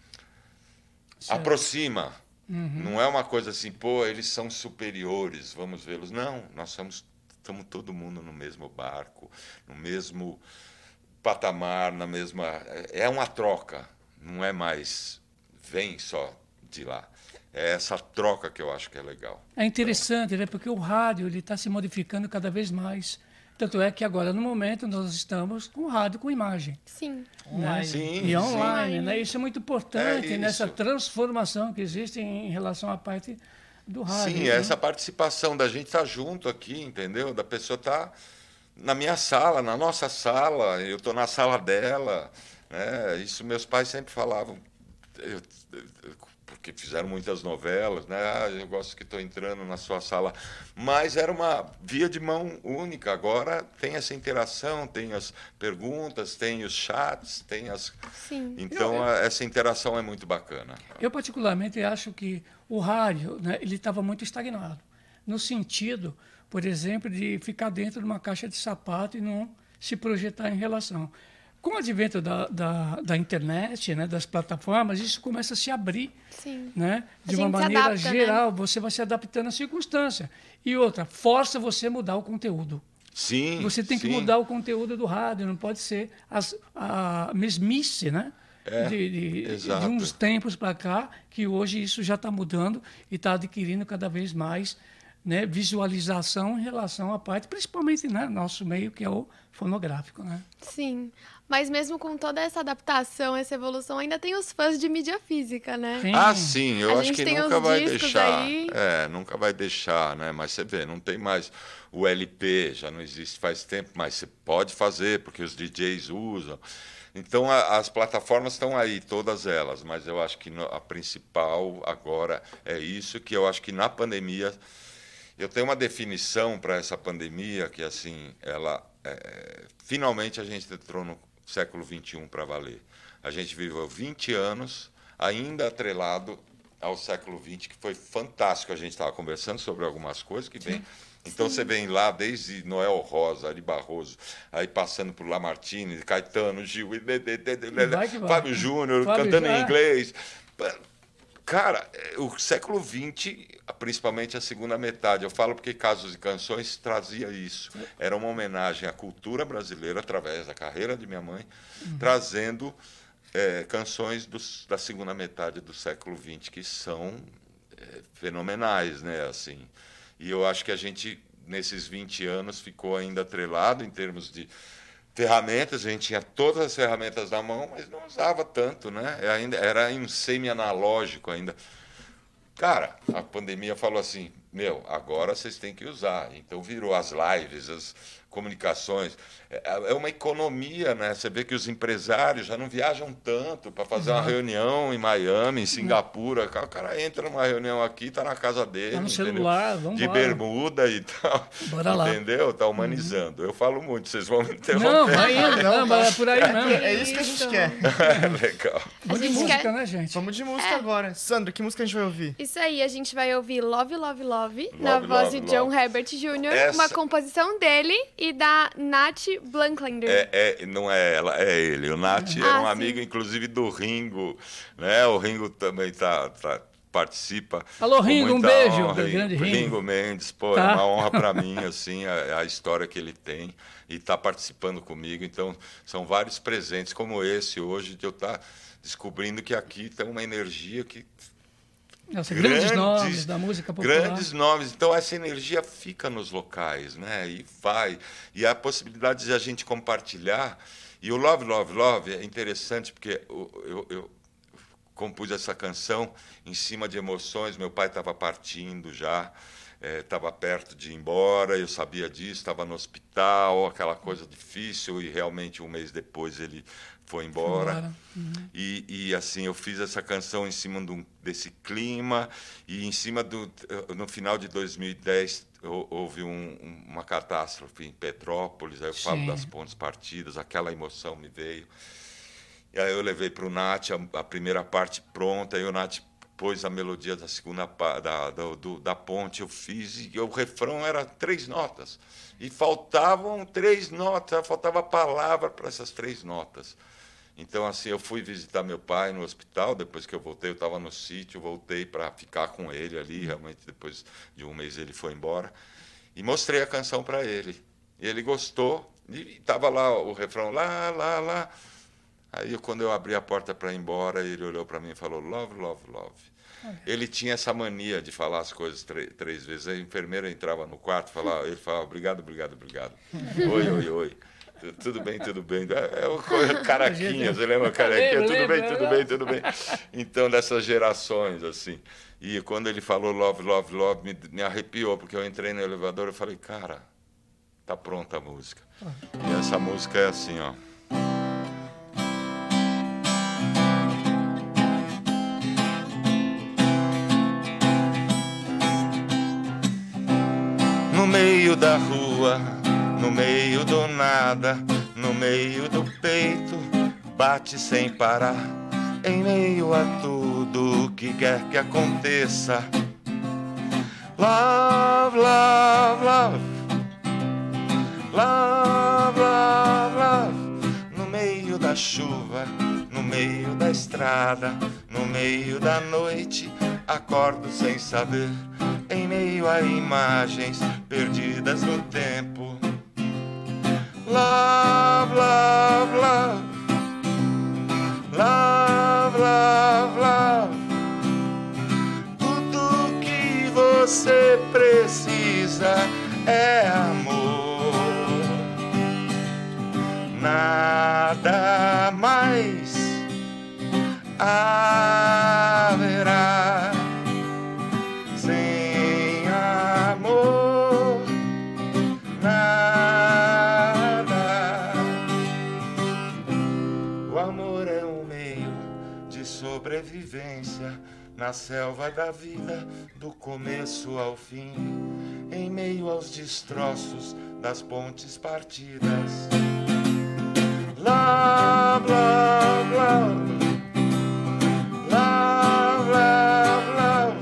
Certo. Aproxima. Uhum. Não é uma coisa assim, pô, eles são superiores, vamos vê-los. Não, nós somos, estamos todo mundo no mesmo barco, no mesmo patamar, na mesma... É uma troca, não é mais vem só de lá. É essa troca que eu acho que é legal. É interessante, então, né? Porque o rádio está se modificando cada vez mais. Tanto é que agora, no momento, nós estamos com rádio com imagem. Sim. Né? Sim, e online. sim. Né? Isso é muito importante é nessa transformação que existe em relação à parte do rádio. Sim, né? essa participação da gente estar tá junto aqui, entendeu? Da pessoa estar tá na minha sala, na nossa sala, eu estou na sala dela. Né? Isso meus pais sempre falavam. Eu, eu, porque fizeram muitas novelas, né? Ah, eu gosto que estou entrando na sua sala. Mas era uma via de mão única. Agora tem essa interação, tem as perguntas, tem os chats, tem as... Sim. Então, eu, eu, essa interação é muito bacana. Eu, particularmente, acho que o rádio, né, ele estava muito estagnado. No sentido, por exemplo, de ficar dentro de uma caixa de sapato e não se projetar em relação... Com o advento da, da, da internet, né, das plataformas, isso começa a se abrir. Sim. Né, de a uma maneira adapta, geral. Né? Você vai se adaptando à circunstância. E outra, força você a mudar o conteúdo. Sim, Você tem sim. que mudar o conteúdo do rádio, não pode ser as, a mesmice, né? É, de, de, exato. de uns tempos para cá, que hoje isso já está mudando e está adquirindo cada vez mais, né, visualização em relação à parte, principalmente, né, nosso meio, que é o fonográfico. Né? Sim, mas mesmo com toda essa adaptação, essa evolução, ainda tem os fãs de mídia física, né? Sim. Ah, sim, eu A acho gente que tem nunca os vai discos deixar. aí. É, nunca vai deixar, né? Mas você vê, não tem mais o L P, já não existe faz tempo, mas você pode fazer, porque os D Js usam. Então, a, as plataformas estão aí, todas elas, mas eu acho que no, a principal agora é isso, que eu acho que na pandemia... Eu tenho uma definição para essa pandemia que, assim, ela... É, finalmente a gente entrou no século vinte e um para valer. A gente viveu vinte anos ainda atrelado ao século vinte, que foi fantástico. A gente estava conversando sobre algumas coisas que vem... Então, Sim. você vem lá desde Noel Rosa, Ari Barroso, aí passando por Lamartine, Caetano, Gil, Fábio Júnior, cantando em inglês. Cara, o século vinte, principalmente a segunda metade, eu falo porque Casos e Canções trazia isso. Era uma homenagem à cultura brasileira, através da carreira de minha mãe, uhum. trazendo é, canções dos, da segunda metade do século vinte, que são é, fenomenais, né, assim... E eu acho que a gente, nesses vinte anos, ficou ainda atrelado em termos de ferramentas. A gente tinha todas as ferramentas na mão, mas não usava tanto, né? Ainda, era um semi-analógico ainda. Cara, a pandemia falou assim, meu, agora vocês têm que usar. Então virou as lives, as comunicações. É uma economia, né? Você vê que os empresários já não viajam tanto para fazer Exato. Uma reunião em Miami, em Singapura. O cara entra numa reunião aqui, está na casa dele, tá no entendeu? Celular, vamos de embora. Bermuda e tal. Bora lá. Entendeu? Está humanizando. Uhum. Eu falo muito, vocês vão me interromper. Não, vai indo, não, mas é por aí mesmo. É isso que a gente quer. Legal. Vamos de música, quer... né, gente? Vamos de música é. agora. Sandra, que música a gente vai ouvir? Isso aí, a gente vai ouvir Love, Love, Love, love na love, voz love, de John love. Herbert Júnior Essa... Uma composição dele e da Nath Blacklander. É, é, não é ela, é ele. O Nath ah, é um sim. amigo, inclusive, do Ringo. Né? O Ringo também tá, tá, participa. Alô, Ringo, um beijo. Honra, grande Ringo. Ringo. Ringo Mendes, pô, tá. é uma honra para mim, assim, a, a história que ele tem e está participando comigo. Então, são vários presentes como esse hoje, de eu estar tá descobrindo que aqui tem uma energia que... Nossa, grandes, grandes nomes da música popular. Grandes nomes. Então, essa energia fica nos locais, né? E vai. E a possibilidade de a gente compartilhar. E o Love, Love, Love é interessante porque eu, eu, eu compus essa canção em cima de emoções. Meu pai estava partindo já, estava é, perto de ir embora, eu sabia disso, estava no hospital, aquela coisa difícil, e realmente um mês depois ele foi embora. Uhum. E, e assim, eu fiz essa canção em cima de um, desse clima, e em cima do... No final de dois mil e dez, houve um, uma catástrofe em Petrópolis, aí eu Sim. falo das pontes partidas, aquela emoção me veio. E aí eu levei para o Nath a, a primeira parte pronta, aí o Nath pôs a melodia da segunda da, da, do, da ponte, eu fiz, e o refrão era três notas. E faltavam três notas, faltava palavra para essas três notas. Então, assim, eu fui visitar meu pai no hospital, depois que eu voltei, eu estava no sítio, voltei para ficar com ele ali, realmente depois de um mês ele foi embora, e mostrei a canção para ele. E ele gostou, e estava lá o refrão, lá, lá, lá. Aí, quando eu abri a porta para ir embora, ele olhou para mim e falou, love, love, love. Ele tinha essa mania de falar as coisas três vezes. A enfermeira entrava no quarto, falava, ele falava, obrigado, obrigado, obrigado. Oi, oi, oi. Tudo bem, tudo bem. É o Caraquinha, você lembra Caraquinha? Tudo bem, tudo bem, tudo bem. Então, dessas gerações, assim. E quando ele falou love, love, love, me, me arrepiou, porque eu entrei no elevador e falei, cara, tá pronta a música. E essa música é assim, ó. No meio da rua, no meio do nada, no meio do peito, bate sem parar. Em meio a tudo que quer que aconteça. Love, love, love. Love, love, love. No meio da chuva, no meio da estrada, no meio da noite, acordo sem saber. Em meio a imagens perdidas no tempo. Love, love, love. Love, love, love. Tudo que você precisa é amor. Nada mais haverá. Na selva da vida, do começo ao fim, em meio aos destroços das pontes partidas. Love, love, love. Love, love, love.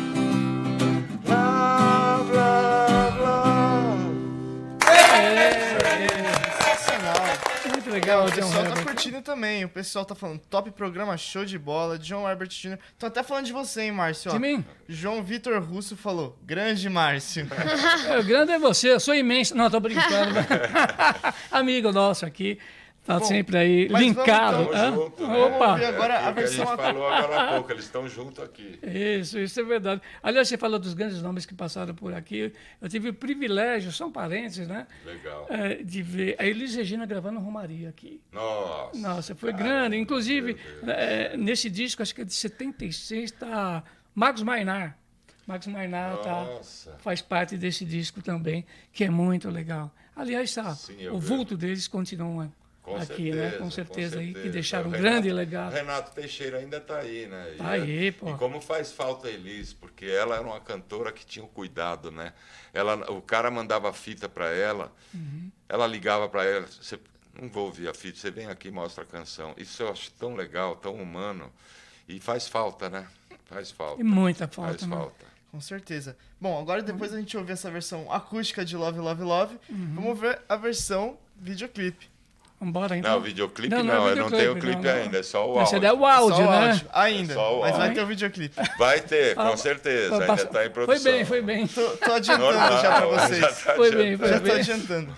Love, love, love. Sensacional. Muito legal, O John pessoal tá Herbert. curtindo também. O pessoal tá falando top programa, show de bola. John Herbert Júnior Tô até falando de você, hein, Márcio? ó. De mim? João Vitor Russo falou, grande Márcio. É, o grande é você, eu sou imenso. Não, tô brincando. Amigo nosso aqui. Tá Bom, sempre aí, mas linkado. vamos, hã? Tamo junto, né? Opa! Vamos ver agora a É o que a versão... gente falou agora há pouco, eles estão juntos aqui. Isso, isso é verdade. Aliás, você falou dos grandes nomes que passaram por aqui. Eu tive o privilégio, são parentes, né? Legal. É, de ver a Elis Regina gravando Romaria aqui. Nossa. Nossa, foi cara, grande. Inclusive, meu Deus. é, nesse disco, acho que é de setenta e seis, está Marcos Mainar. Marcos Mainar tá, Nossa. faz parte desse disco também, que é muito legal. Aliás, tá, Sim, eu o vejo. vulto deles continua Com aqui, certeza, né? Com certeza, aí, que certeza. deixaram um O grande Renato- legado. Renato Teixeira ainda está aí, né? Tá E aí, é- pô. E como faz falta a Elis, porque ela era uma cantora que tinha um cuidado, né? Ela, o cara mandava fita para ela, Uhum. ela ligava para ela, você não vou ouvir a fita, você vem aqui e mostra a canção. Isso eu acho tão legal, tão humano, e faz falta, né? Faz falta. E muita falta, Faz né? falta. Com certeza. Bom, agora depois a gente ouvir essa versão acústica de Love, Love, Love, vamos ver a versão videoclipe. Vambora, então. Não, o videoclipe não, Não, não é eu não tenho o videoclipe, clipe não, não. ainda, é só o Esse áudio. é o áudio, Só o né? áudio, ainda, É só o mas vai áudio. ter o videoclipe. Vai ter, com Ah, certeza, ainda passa- está em produção. Foi bem, foi bem. Tô, tô adiantando Normal, já pra já vocês. tá Foi bem, foi Já bem. tô adiantando.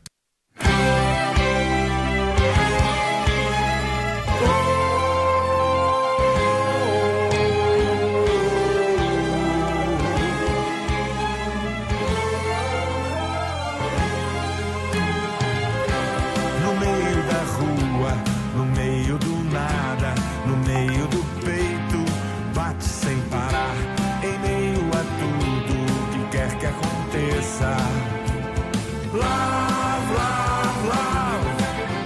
No meio da rua, no meio do nada, no meio do peito, bate sem parar, em meio a tudo que quer que aconteça. Love, love, love,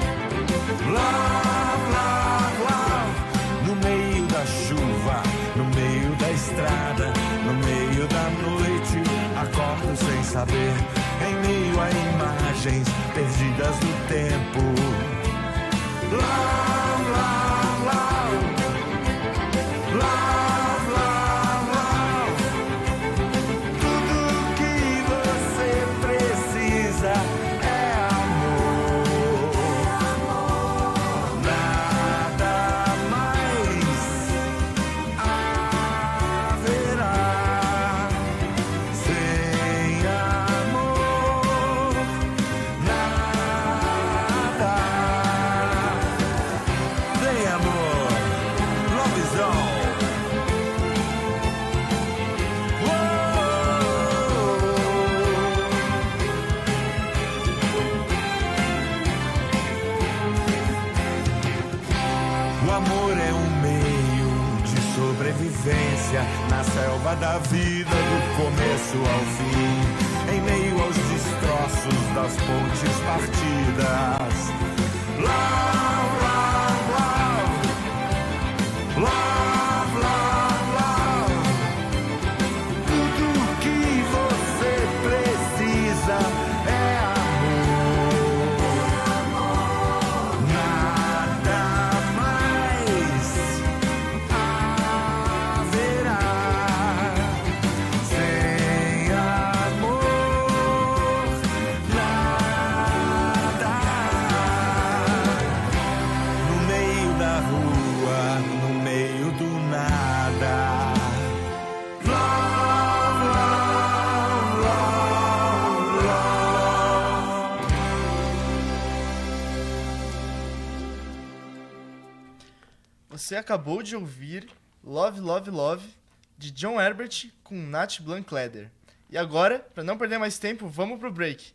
love, love, love. No meio da chuva, no meio da estrada, no meio da noite, acordo sem saber, em meio a imagens perdidas no tempo. Love, love, love, love, love, love. Tudo que você precisa é amor. Nada mais haverá sem amor. Nada. Sem amor. Lovezão. O amor é um meio de sobrevivência na selva da vida, do começo ao fim, em meio aos destroços das pontes partidas. Love, love, love, love, love, love. Tudo que você precisa é amor. Nada mais haverá sem amor. Nada. No meio da rua, no meio do nada. Love, love, love, love. Você acabou de ouvir Love, Love, Love, de John Herbert com Nat Blankleder. E agora, para não perder mais tempo, vamos pro break.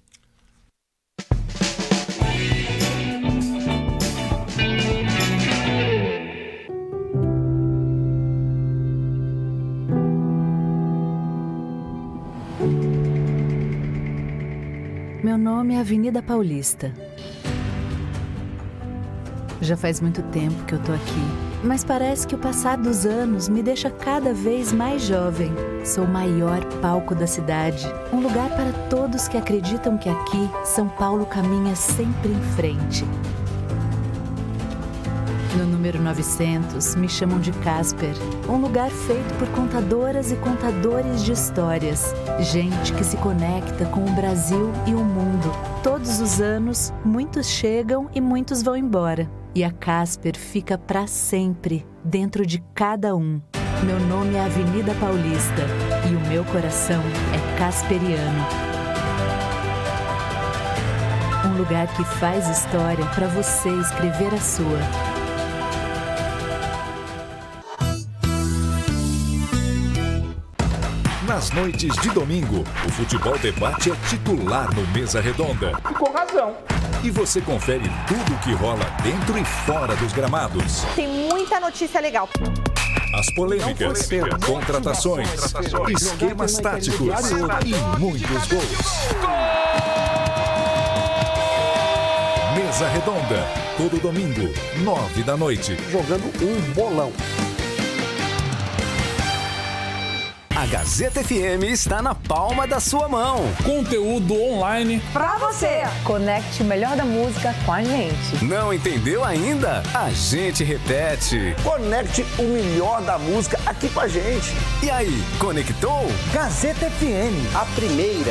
Meu nome é Avenida Paulista. Já faz muito tempo que eu tô aqui. Mas parece que o passar dos anos me deixa cada vez mais jovem. Sou o maior palco da cidade. Um lugar para todos que acreditam que aqui São Paulo caminha sempre em frente. No número novecentos, me chamam de Casper. Um lugar feito por contadoras e contadores de histórias. Gente que se conecta com o Brasil e o mundo. Todos os anos, muitos chegam e muitos vão embora. E a Casper fica para sempre, dentro de cada um. Meu nome é Avenida Paulista e o meu coração é casperiano. Um lugar que faz história para você escrever a sua. Nas noites de domingo, o Futebol Debate é titular no Mesa Redonda. E com razão. E você confere tudo o que rola dentro e fora dos gramados. Tem muita notícia legal. As polêmicas, contratações, esquemas táticos e muitos gols. Mesa Redonda, todo domingo, nove da noite. Jogando um bolão. A Gazeta F M está na palma da sua mão. Conteúdo online Pra você. Conecte o melhor da música com a gente. Não entendeu ainda? A gente repete. Conecte o melhor da música aqui com a gente. E aí, conectou? Gazeta F M, a primeira.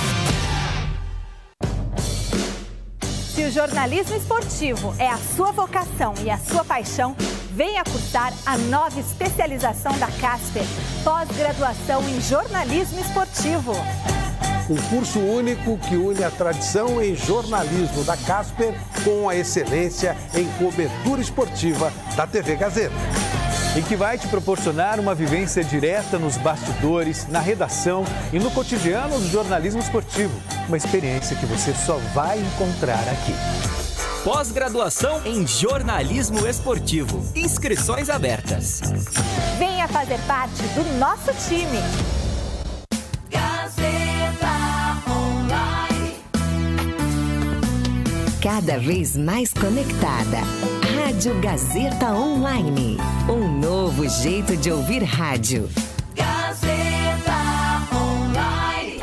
Se o jornalismo esportivo é a sua vocação e a sua paixão, venha cursar a nova especialização da Casper, pós-graduação em jornalismo esportivo. Um curso único que une a tradição em jornalismo da Casper com a excelência em cobertura esportiva da T V Gazeta. E que vai te proporcionar uma vivência direta nos bastidores, na redação e no cotidiano do jornalismo esportivo. Uma experiência que você só vai encontrar aqui. Pós-graduação em jornalismo esportivo. Inscrições abertas. Venha fazer parte do nosso time. Gazeta Online. Cada vez mais conectada. Rádio Gazeta Online. Um novo jeito de ouvir rádio. Gazeta Online.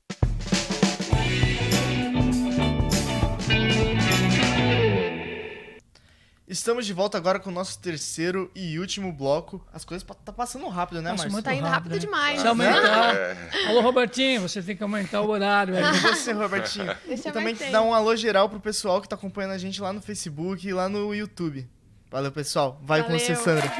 Estamos de volta agora com o nosso terceiro e último bloco. As coisas tá passando rápido, né, Marcos? Tá indo rápido demais. Deixa eu aumentar. Alô, Robertinho, você tem que aumentar o horário. É, você, Robertinho. Deixa e também eu dar um alô geral pro pessoal que tá acompanhando a gente lá no Facebook e lá no YouTube. Valeu, pessoal. Vai Valeu. com você, Sandra.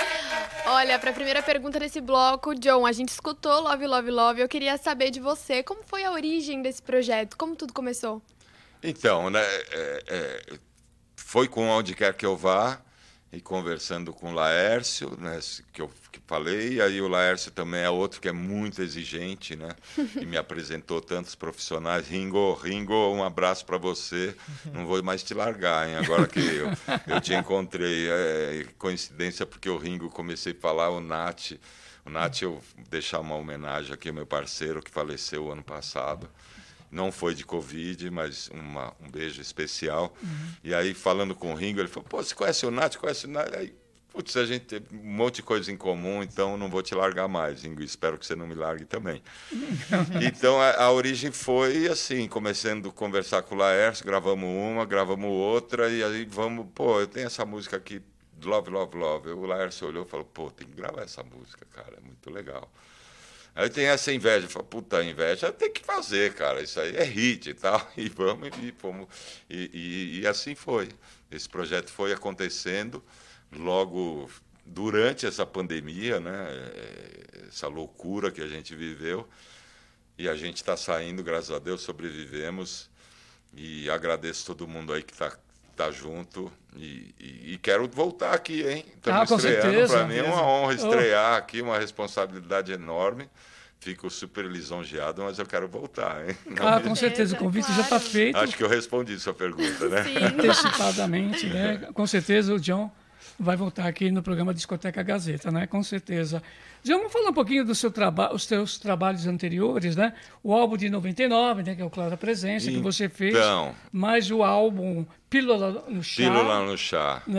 Olha, para a primeira pergunta desse bloco, John, a gente escutou Love, Love, Love. Eu queria saber de você, como foi a origem desse projeto? Como tudo começou? Então, né, é, é, foi com Onde Quer Que Eu Vá e conversando com o Laércio, né, que eu que falei, aí o Laércio também é outro que é muito exigente, né, e me apresentou tantos profissionais. Ringo, Ringo, um abraço para você, não vou mais te largar, hein, agora que eu, eu te encontrei, é coincidência porque o Ringo, comecei a falar, o Nath, o Nath, eu vou deixar uma homenagem aqui ao meu parceiro que faleceu ano passado. Não foi de Covid, mas uma, um beijo especial. Uhum. E aí, falando com o Ringo, ele falou, pô, você conhece o Nath? Conhece o Nath? Aí, putz, a gente tem um monte de coisa em comum, então não vou te largar mais, Ringo. Espero que você não me largue também. Então, a, a origem foi assim, começando a conversar com o Laércio, gravamos uma, gravamos outra, e aí vamos, pô, eu tenho essa música aqui, Love, Love, Love. O Laércio olhou e falou, pô, tem que gravar essa música, cara, é muito legal. Aí tem essa inveja, fala, puta, inveja tem que fazer, cara, isso aí é hit e tal, e vamos, e fomos, e, e, e assim foi. Esse projeto foi acontecendo logo durante essa pandemia, né, essa loucura que a gente viveu, e a gente está saindo, graças a Deus, sobrevivemos, e agradeço todo mundo aí que está tá junto, e, e, e quero voltar aqui, hein? Estamos ah, estreando, para mim é uma honra estrear oh. aqui, uma responsabilidade enorme. Fico super lisonjeado, mas eu quero voltar, hein? Não ah, mesmo. Com certeza, o convite claro. já está feito. Acho que eu respondi sua pergunta, né? Sim. Antecipadamente, né? Com certeza o John vai voltar aqui no programa Discoteca Gazeta, né? Com certeza. John, vamos falar um pouquinho dos seu traba- seus trabalhos anteriores, né? O álbum de noventa e nove, né? Que é o Clara Presença, então, que você fez. Mais o álbum Pílula no Chá. Pílula no Chá. Né?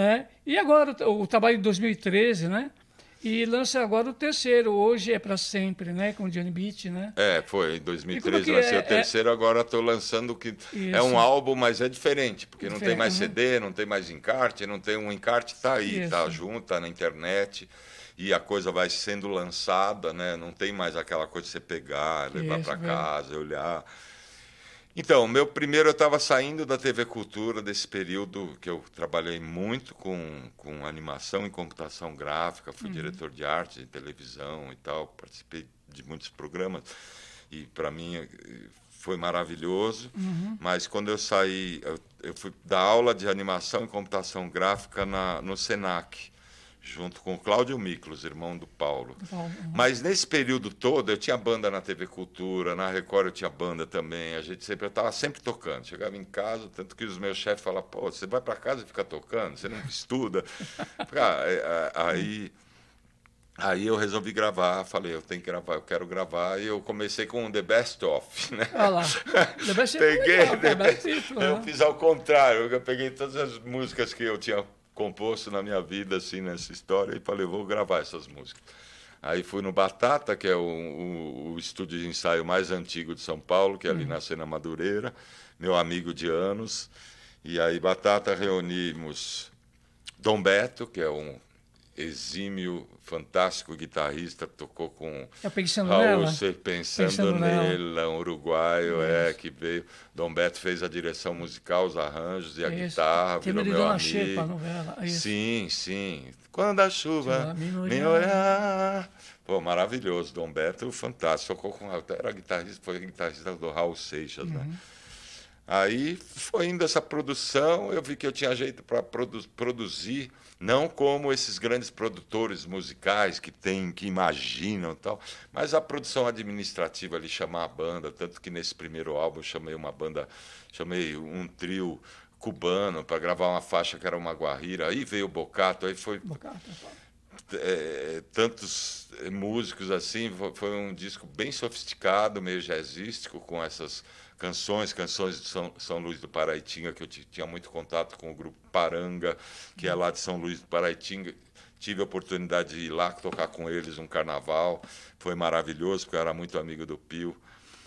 E agora, o, o trabalho de dois mil e treze, né? E lança agora o terceiro, Hoje é Pra Sempre, né? Com o Johnny Beach, né? É, foi em dois mil e treze, E lancei é, o terceiro, é... agora estou lançando o que Isso. é um álbum, mas é diferente, porque não Diferente, tem mais uhum. C D, não tem mais encarte, não tem um encarte, tá aí, Isso. tá junto, tá na internet, e a coisa vai sendo lançada, né? Não tem mais aquela coisa de você pegar, levar para casa, olhar. Então, meu primeiro, eu estava saindo da T V Cultura, desse período que eu trabalhei muito com, com animação e computação gráfica, fui Uhum. diretor de arte, de televisão e tal, participei de muitos programas, e para mim eh, foi maravilhoso, Uhum. mas quando eu saí, eu, eu fui dar aula de animação e computação gráfica na, no Senac, junto com o Cláudio Miklos, irmão do Paulo. Paulo, uhum. Mas nesse período todo, eu tinha banda na T V Cultura, na Record eu tinha banda também, a gente sempre, eu estava sempre tocando. Chegava em casa, tanto que os meus chefes falavam, pô, você vai para casa e fica tocando, você não estuda. Ah, aí, aí eu resolvi gravar, falei, eu tenho que gravar, eu quero gravar, e eu comecei com o The Best Of, né? Olha lá, The Best Of Peguei, legal, The Best Of, eu né? fiz ao contrário, eu peguei todas as músicas que eu tinha composto na minha vida, assim, nessa história, e falei, vou gravar essas músicas. Aí fui no Batata, que é o, o, o estúdio de ensaio mais antigo de São Paulo, que é ali Uhum. na Sena Madureira, meu amigo de anos. E aí, Batata, reunimos Dom Beto, que é um exímio, fantástico guitarrista, tocou com É Pensando Raul Nela? Seixas, Pensando, Pensando Nela. Nela, um uruguaio, Isso. é, que veio. Dom Beto fez a direção musical, os arranjos e a Isso. guitarra, Tema virou de meu Dona amigo. Xepa, a novela, isso. Sim, sim. Quando a chuva Me me olhar. olhar. Pô, maravilhoso, Dom Beto, fantástico. Tocou com, era guitarrista, foi guitarrista do Raul Seixas, né? Uhum. Aí foi indo essa produção, eu vi que eu tinha jeito para produ produzir, não como esses grandes produtores musicais que tem, que imaginam e tal, mas a produção administrativa ali, chamar a banda, tanto que nesse primeiro álbum eu chamei uma banda, chamei um trio cubano para gravar uma faixa que era uma guarrira, aí veio o Bocato, aí foi é, tantos músicos assim, foi, foi um disco bem sofisticado, meio jazzístico, com essas canções, canções de São, São Luís do Paraitinga, que eu tinha muito contato com o grupo Paranga, que é lá de São Luís do Paraitinga. Tive a oportunidade de ir lá tocar com eles um carnaval, foi maravilhoso, porque eu era muito amigo do Pio.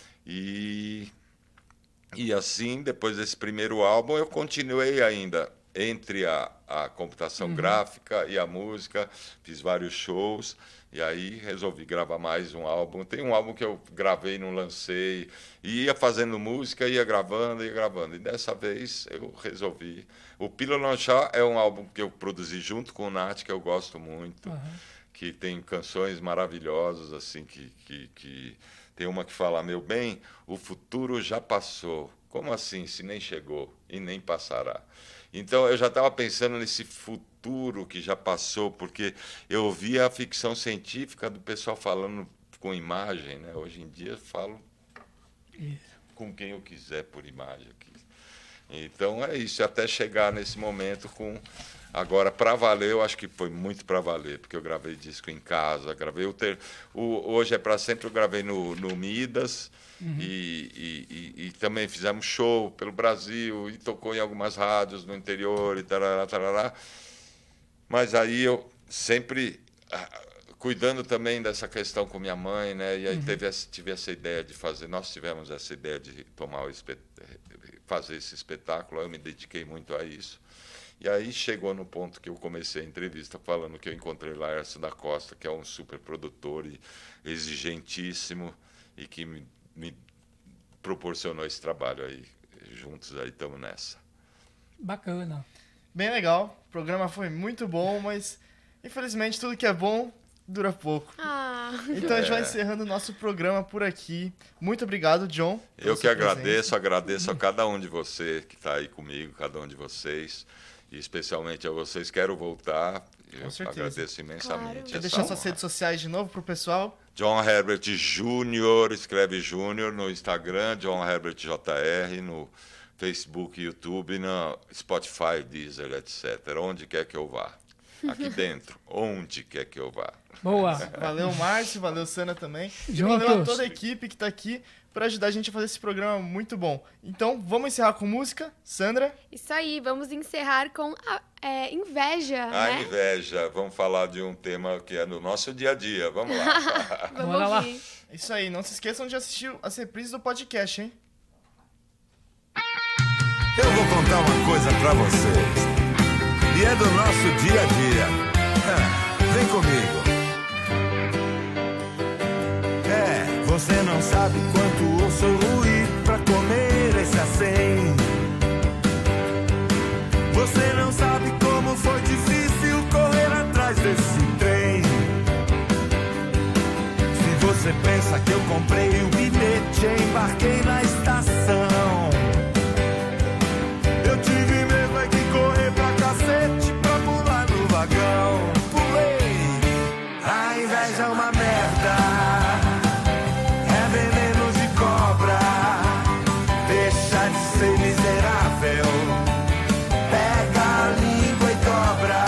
E, e assim, depois desse primeiro álbum, eu continuei ainda entre a, a computação Uhum. gráfica e a música, fiz vários shows, e aí resolvi gravar mais um álbum. Tem um álbum que eu gravei, não lancei, e ia fazendo música, ia gravando, ia gravando. E dessa vez eu resolvi. O Pílula no Chá é um álbum que eu produzi junto com o Nath, que eu gosto muito, Uhum. que tem canções maravilhosas, assim, que, que, que tem uma que fala, meu bem, o futuro já passou. Como assim, se nem chegou e nem passará? Então, eu já estava pensando nesse futuro que já passou, porque eu ouvia a ficção científica do pessoal falando com imagem, né? Hoje em dia, eu falo com quem eu quiser por imagem. Então, é isso, até chegar nesse momento com... Agora, para valer, eu acho que foi muito para valer, porque eu gravei disco em casa, gravei o... Ter... o Hoje é Para Sempre, eu gravei no, no Midas, Uhum. e, e, e, e também fizemos show pelo Brasil, e tocou em algumas rádios no interior, e tarará, tarará. Mas aí eu sempre ah, cuidando também dessa questão com minha mãe, né? E aí Uhum. teve essa, tive essa ideia de fazer, nós tivemos essa ideia de tomar o espet... fazer esse espetáculo, eu me dediquei muito a isso. E aí chegou no ponto que eu comecei a entrevista falando que eu encontrei Laércio da Costa, que é um super produtor e exigentíssimo, e que me, me proporcionou esse trabalho aí. Juntos aí estamos nessa. Bacana. Bem legal, o programa foi muito bom, mas infelizmente tudo que é bom dura pouco. Ah. Então a gente vai É. encerrando o nosso programa por aqui. Muito obrigado, John. pela Eu que sua agradeço, presença. agradeço a cada um de vocês que está aí comigo, cada um de vocês, e especialmente a vocês. Quero voltar, eu certeza. agradeço imensamente. Quer essa deixar suas honra. redes sociais de novo pro pessoal? John Herbert Júnior, escreve Júnior no Instagram, John Herbert J R, no Facebook, YouTube, no Spotify, Deezer, etcétera, onde quer que eu vá. aqui dentro, onde quer que eu vá. Boa. Valeu, Márcio, valeu, Sana também. E Juntos. valeu a toda a equipe que está aqui para ajudar a gente a fazer esse programa muito bom. Então, vamos encerrar com música. Sandra? Isso aí, vamos encerrar com a é, inveja, A né? inveja, vamos falar de um tema que é no nosso dia a dia. Vamos lá. Vamos Bora lá. ouvir. Isso aí, não se esqueçam de assistir as reprises do podcast, hein? Eu vou contar uma coisa pra vocês. E é do nosso dia a dia. Ah, vem comigo. É, você não sabe quanto eu sou ruim pra comer esse acém. Você não sabe como foi difícil correr atrás desse trem. Se você pensa que eu comprei o bilhete e embarquei na estação, eu tive mesmo é que correr pra cacete pra pular no vagão. Pulei, a inveja é uma merda, é veneno de cobra, deixa de ser miserável, pega a língua e dobra.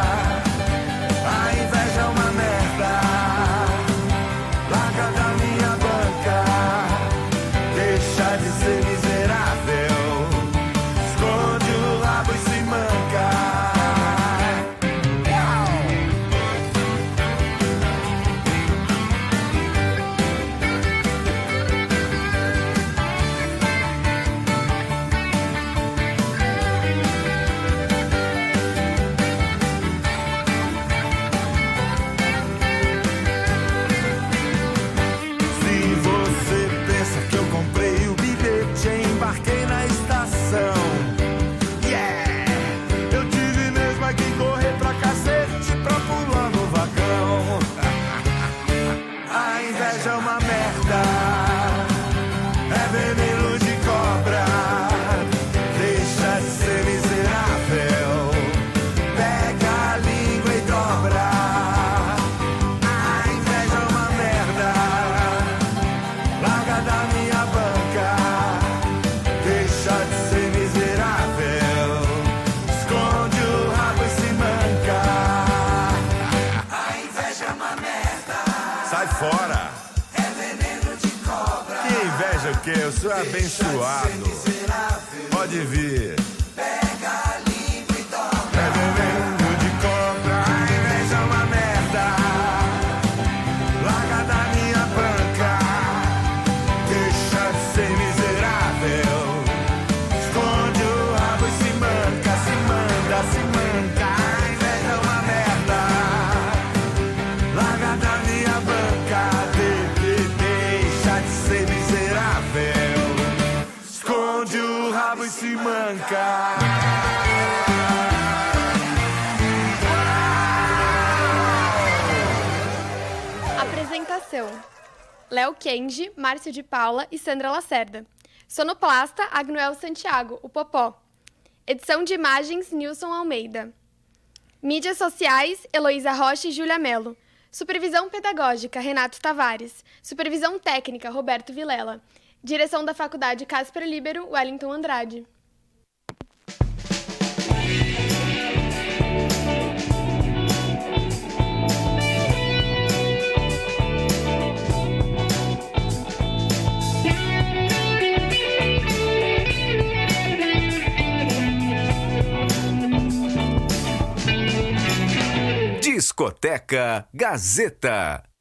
A inveja é uma merda, larga da minha banca, deixa de ser miserável, esconde o rabo e se manca. Se você pensa que eu comprei o bilhete e embarquei na estação, yeah! Eu tive mesmo é que correr pra cacete pra pular no vagão. A inveja é uma merda, é veneno de cobra, deixa de ser miserável, pega a língua e dobra. A inveja é uma merda, larga da minha banca, deixa de ser miserável, esconde o rabo e se manca. A inveja é uma merda, sai fora, é veneno de cobra. Que inveja o quê? Eu sou abençoado. Pode vir. Pega a língua e dobra. É veneno de cobra, a inveja é uma merda, larga da minha banca, deixa de ser miserável, esconde o rabo e se manca, se manda, se manca. A inveja é uma merda, larga da minha banca, de, de, deixa de ser miserável, esconde o rabo e se manca. Apresentação: Léo Kenji, Márcio de Paula e Sandra Lacerda. Sonoplasta: Agnoel Santiago, o Popó. Edição de imagens: Nilson Almeida. Mídias sociais: Heloísa Rocha e Júlia Mello. Supervisão pedagógica: Renato Tavares. Supervisão técnica: Roberto Vilela. Direção da Faculdade Casper Líbero, Wellington Andrade. Discoteca Gazeta.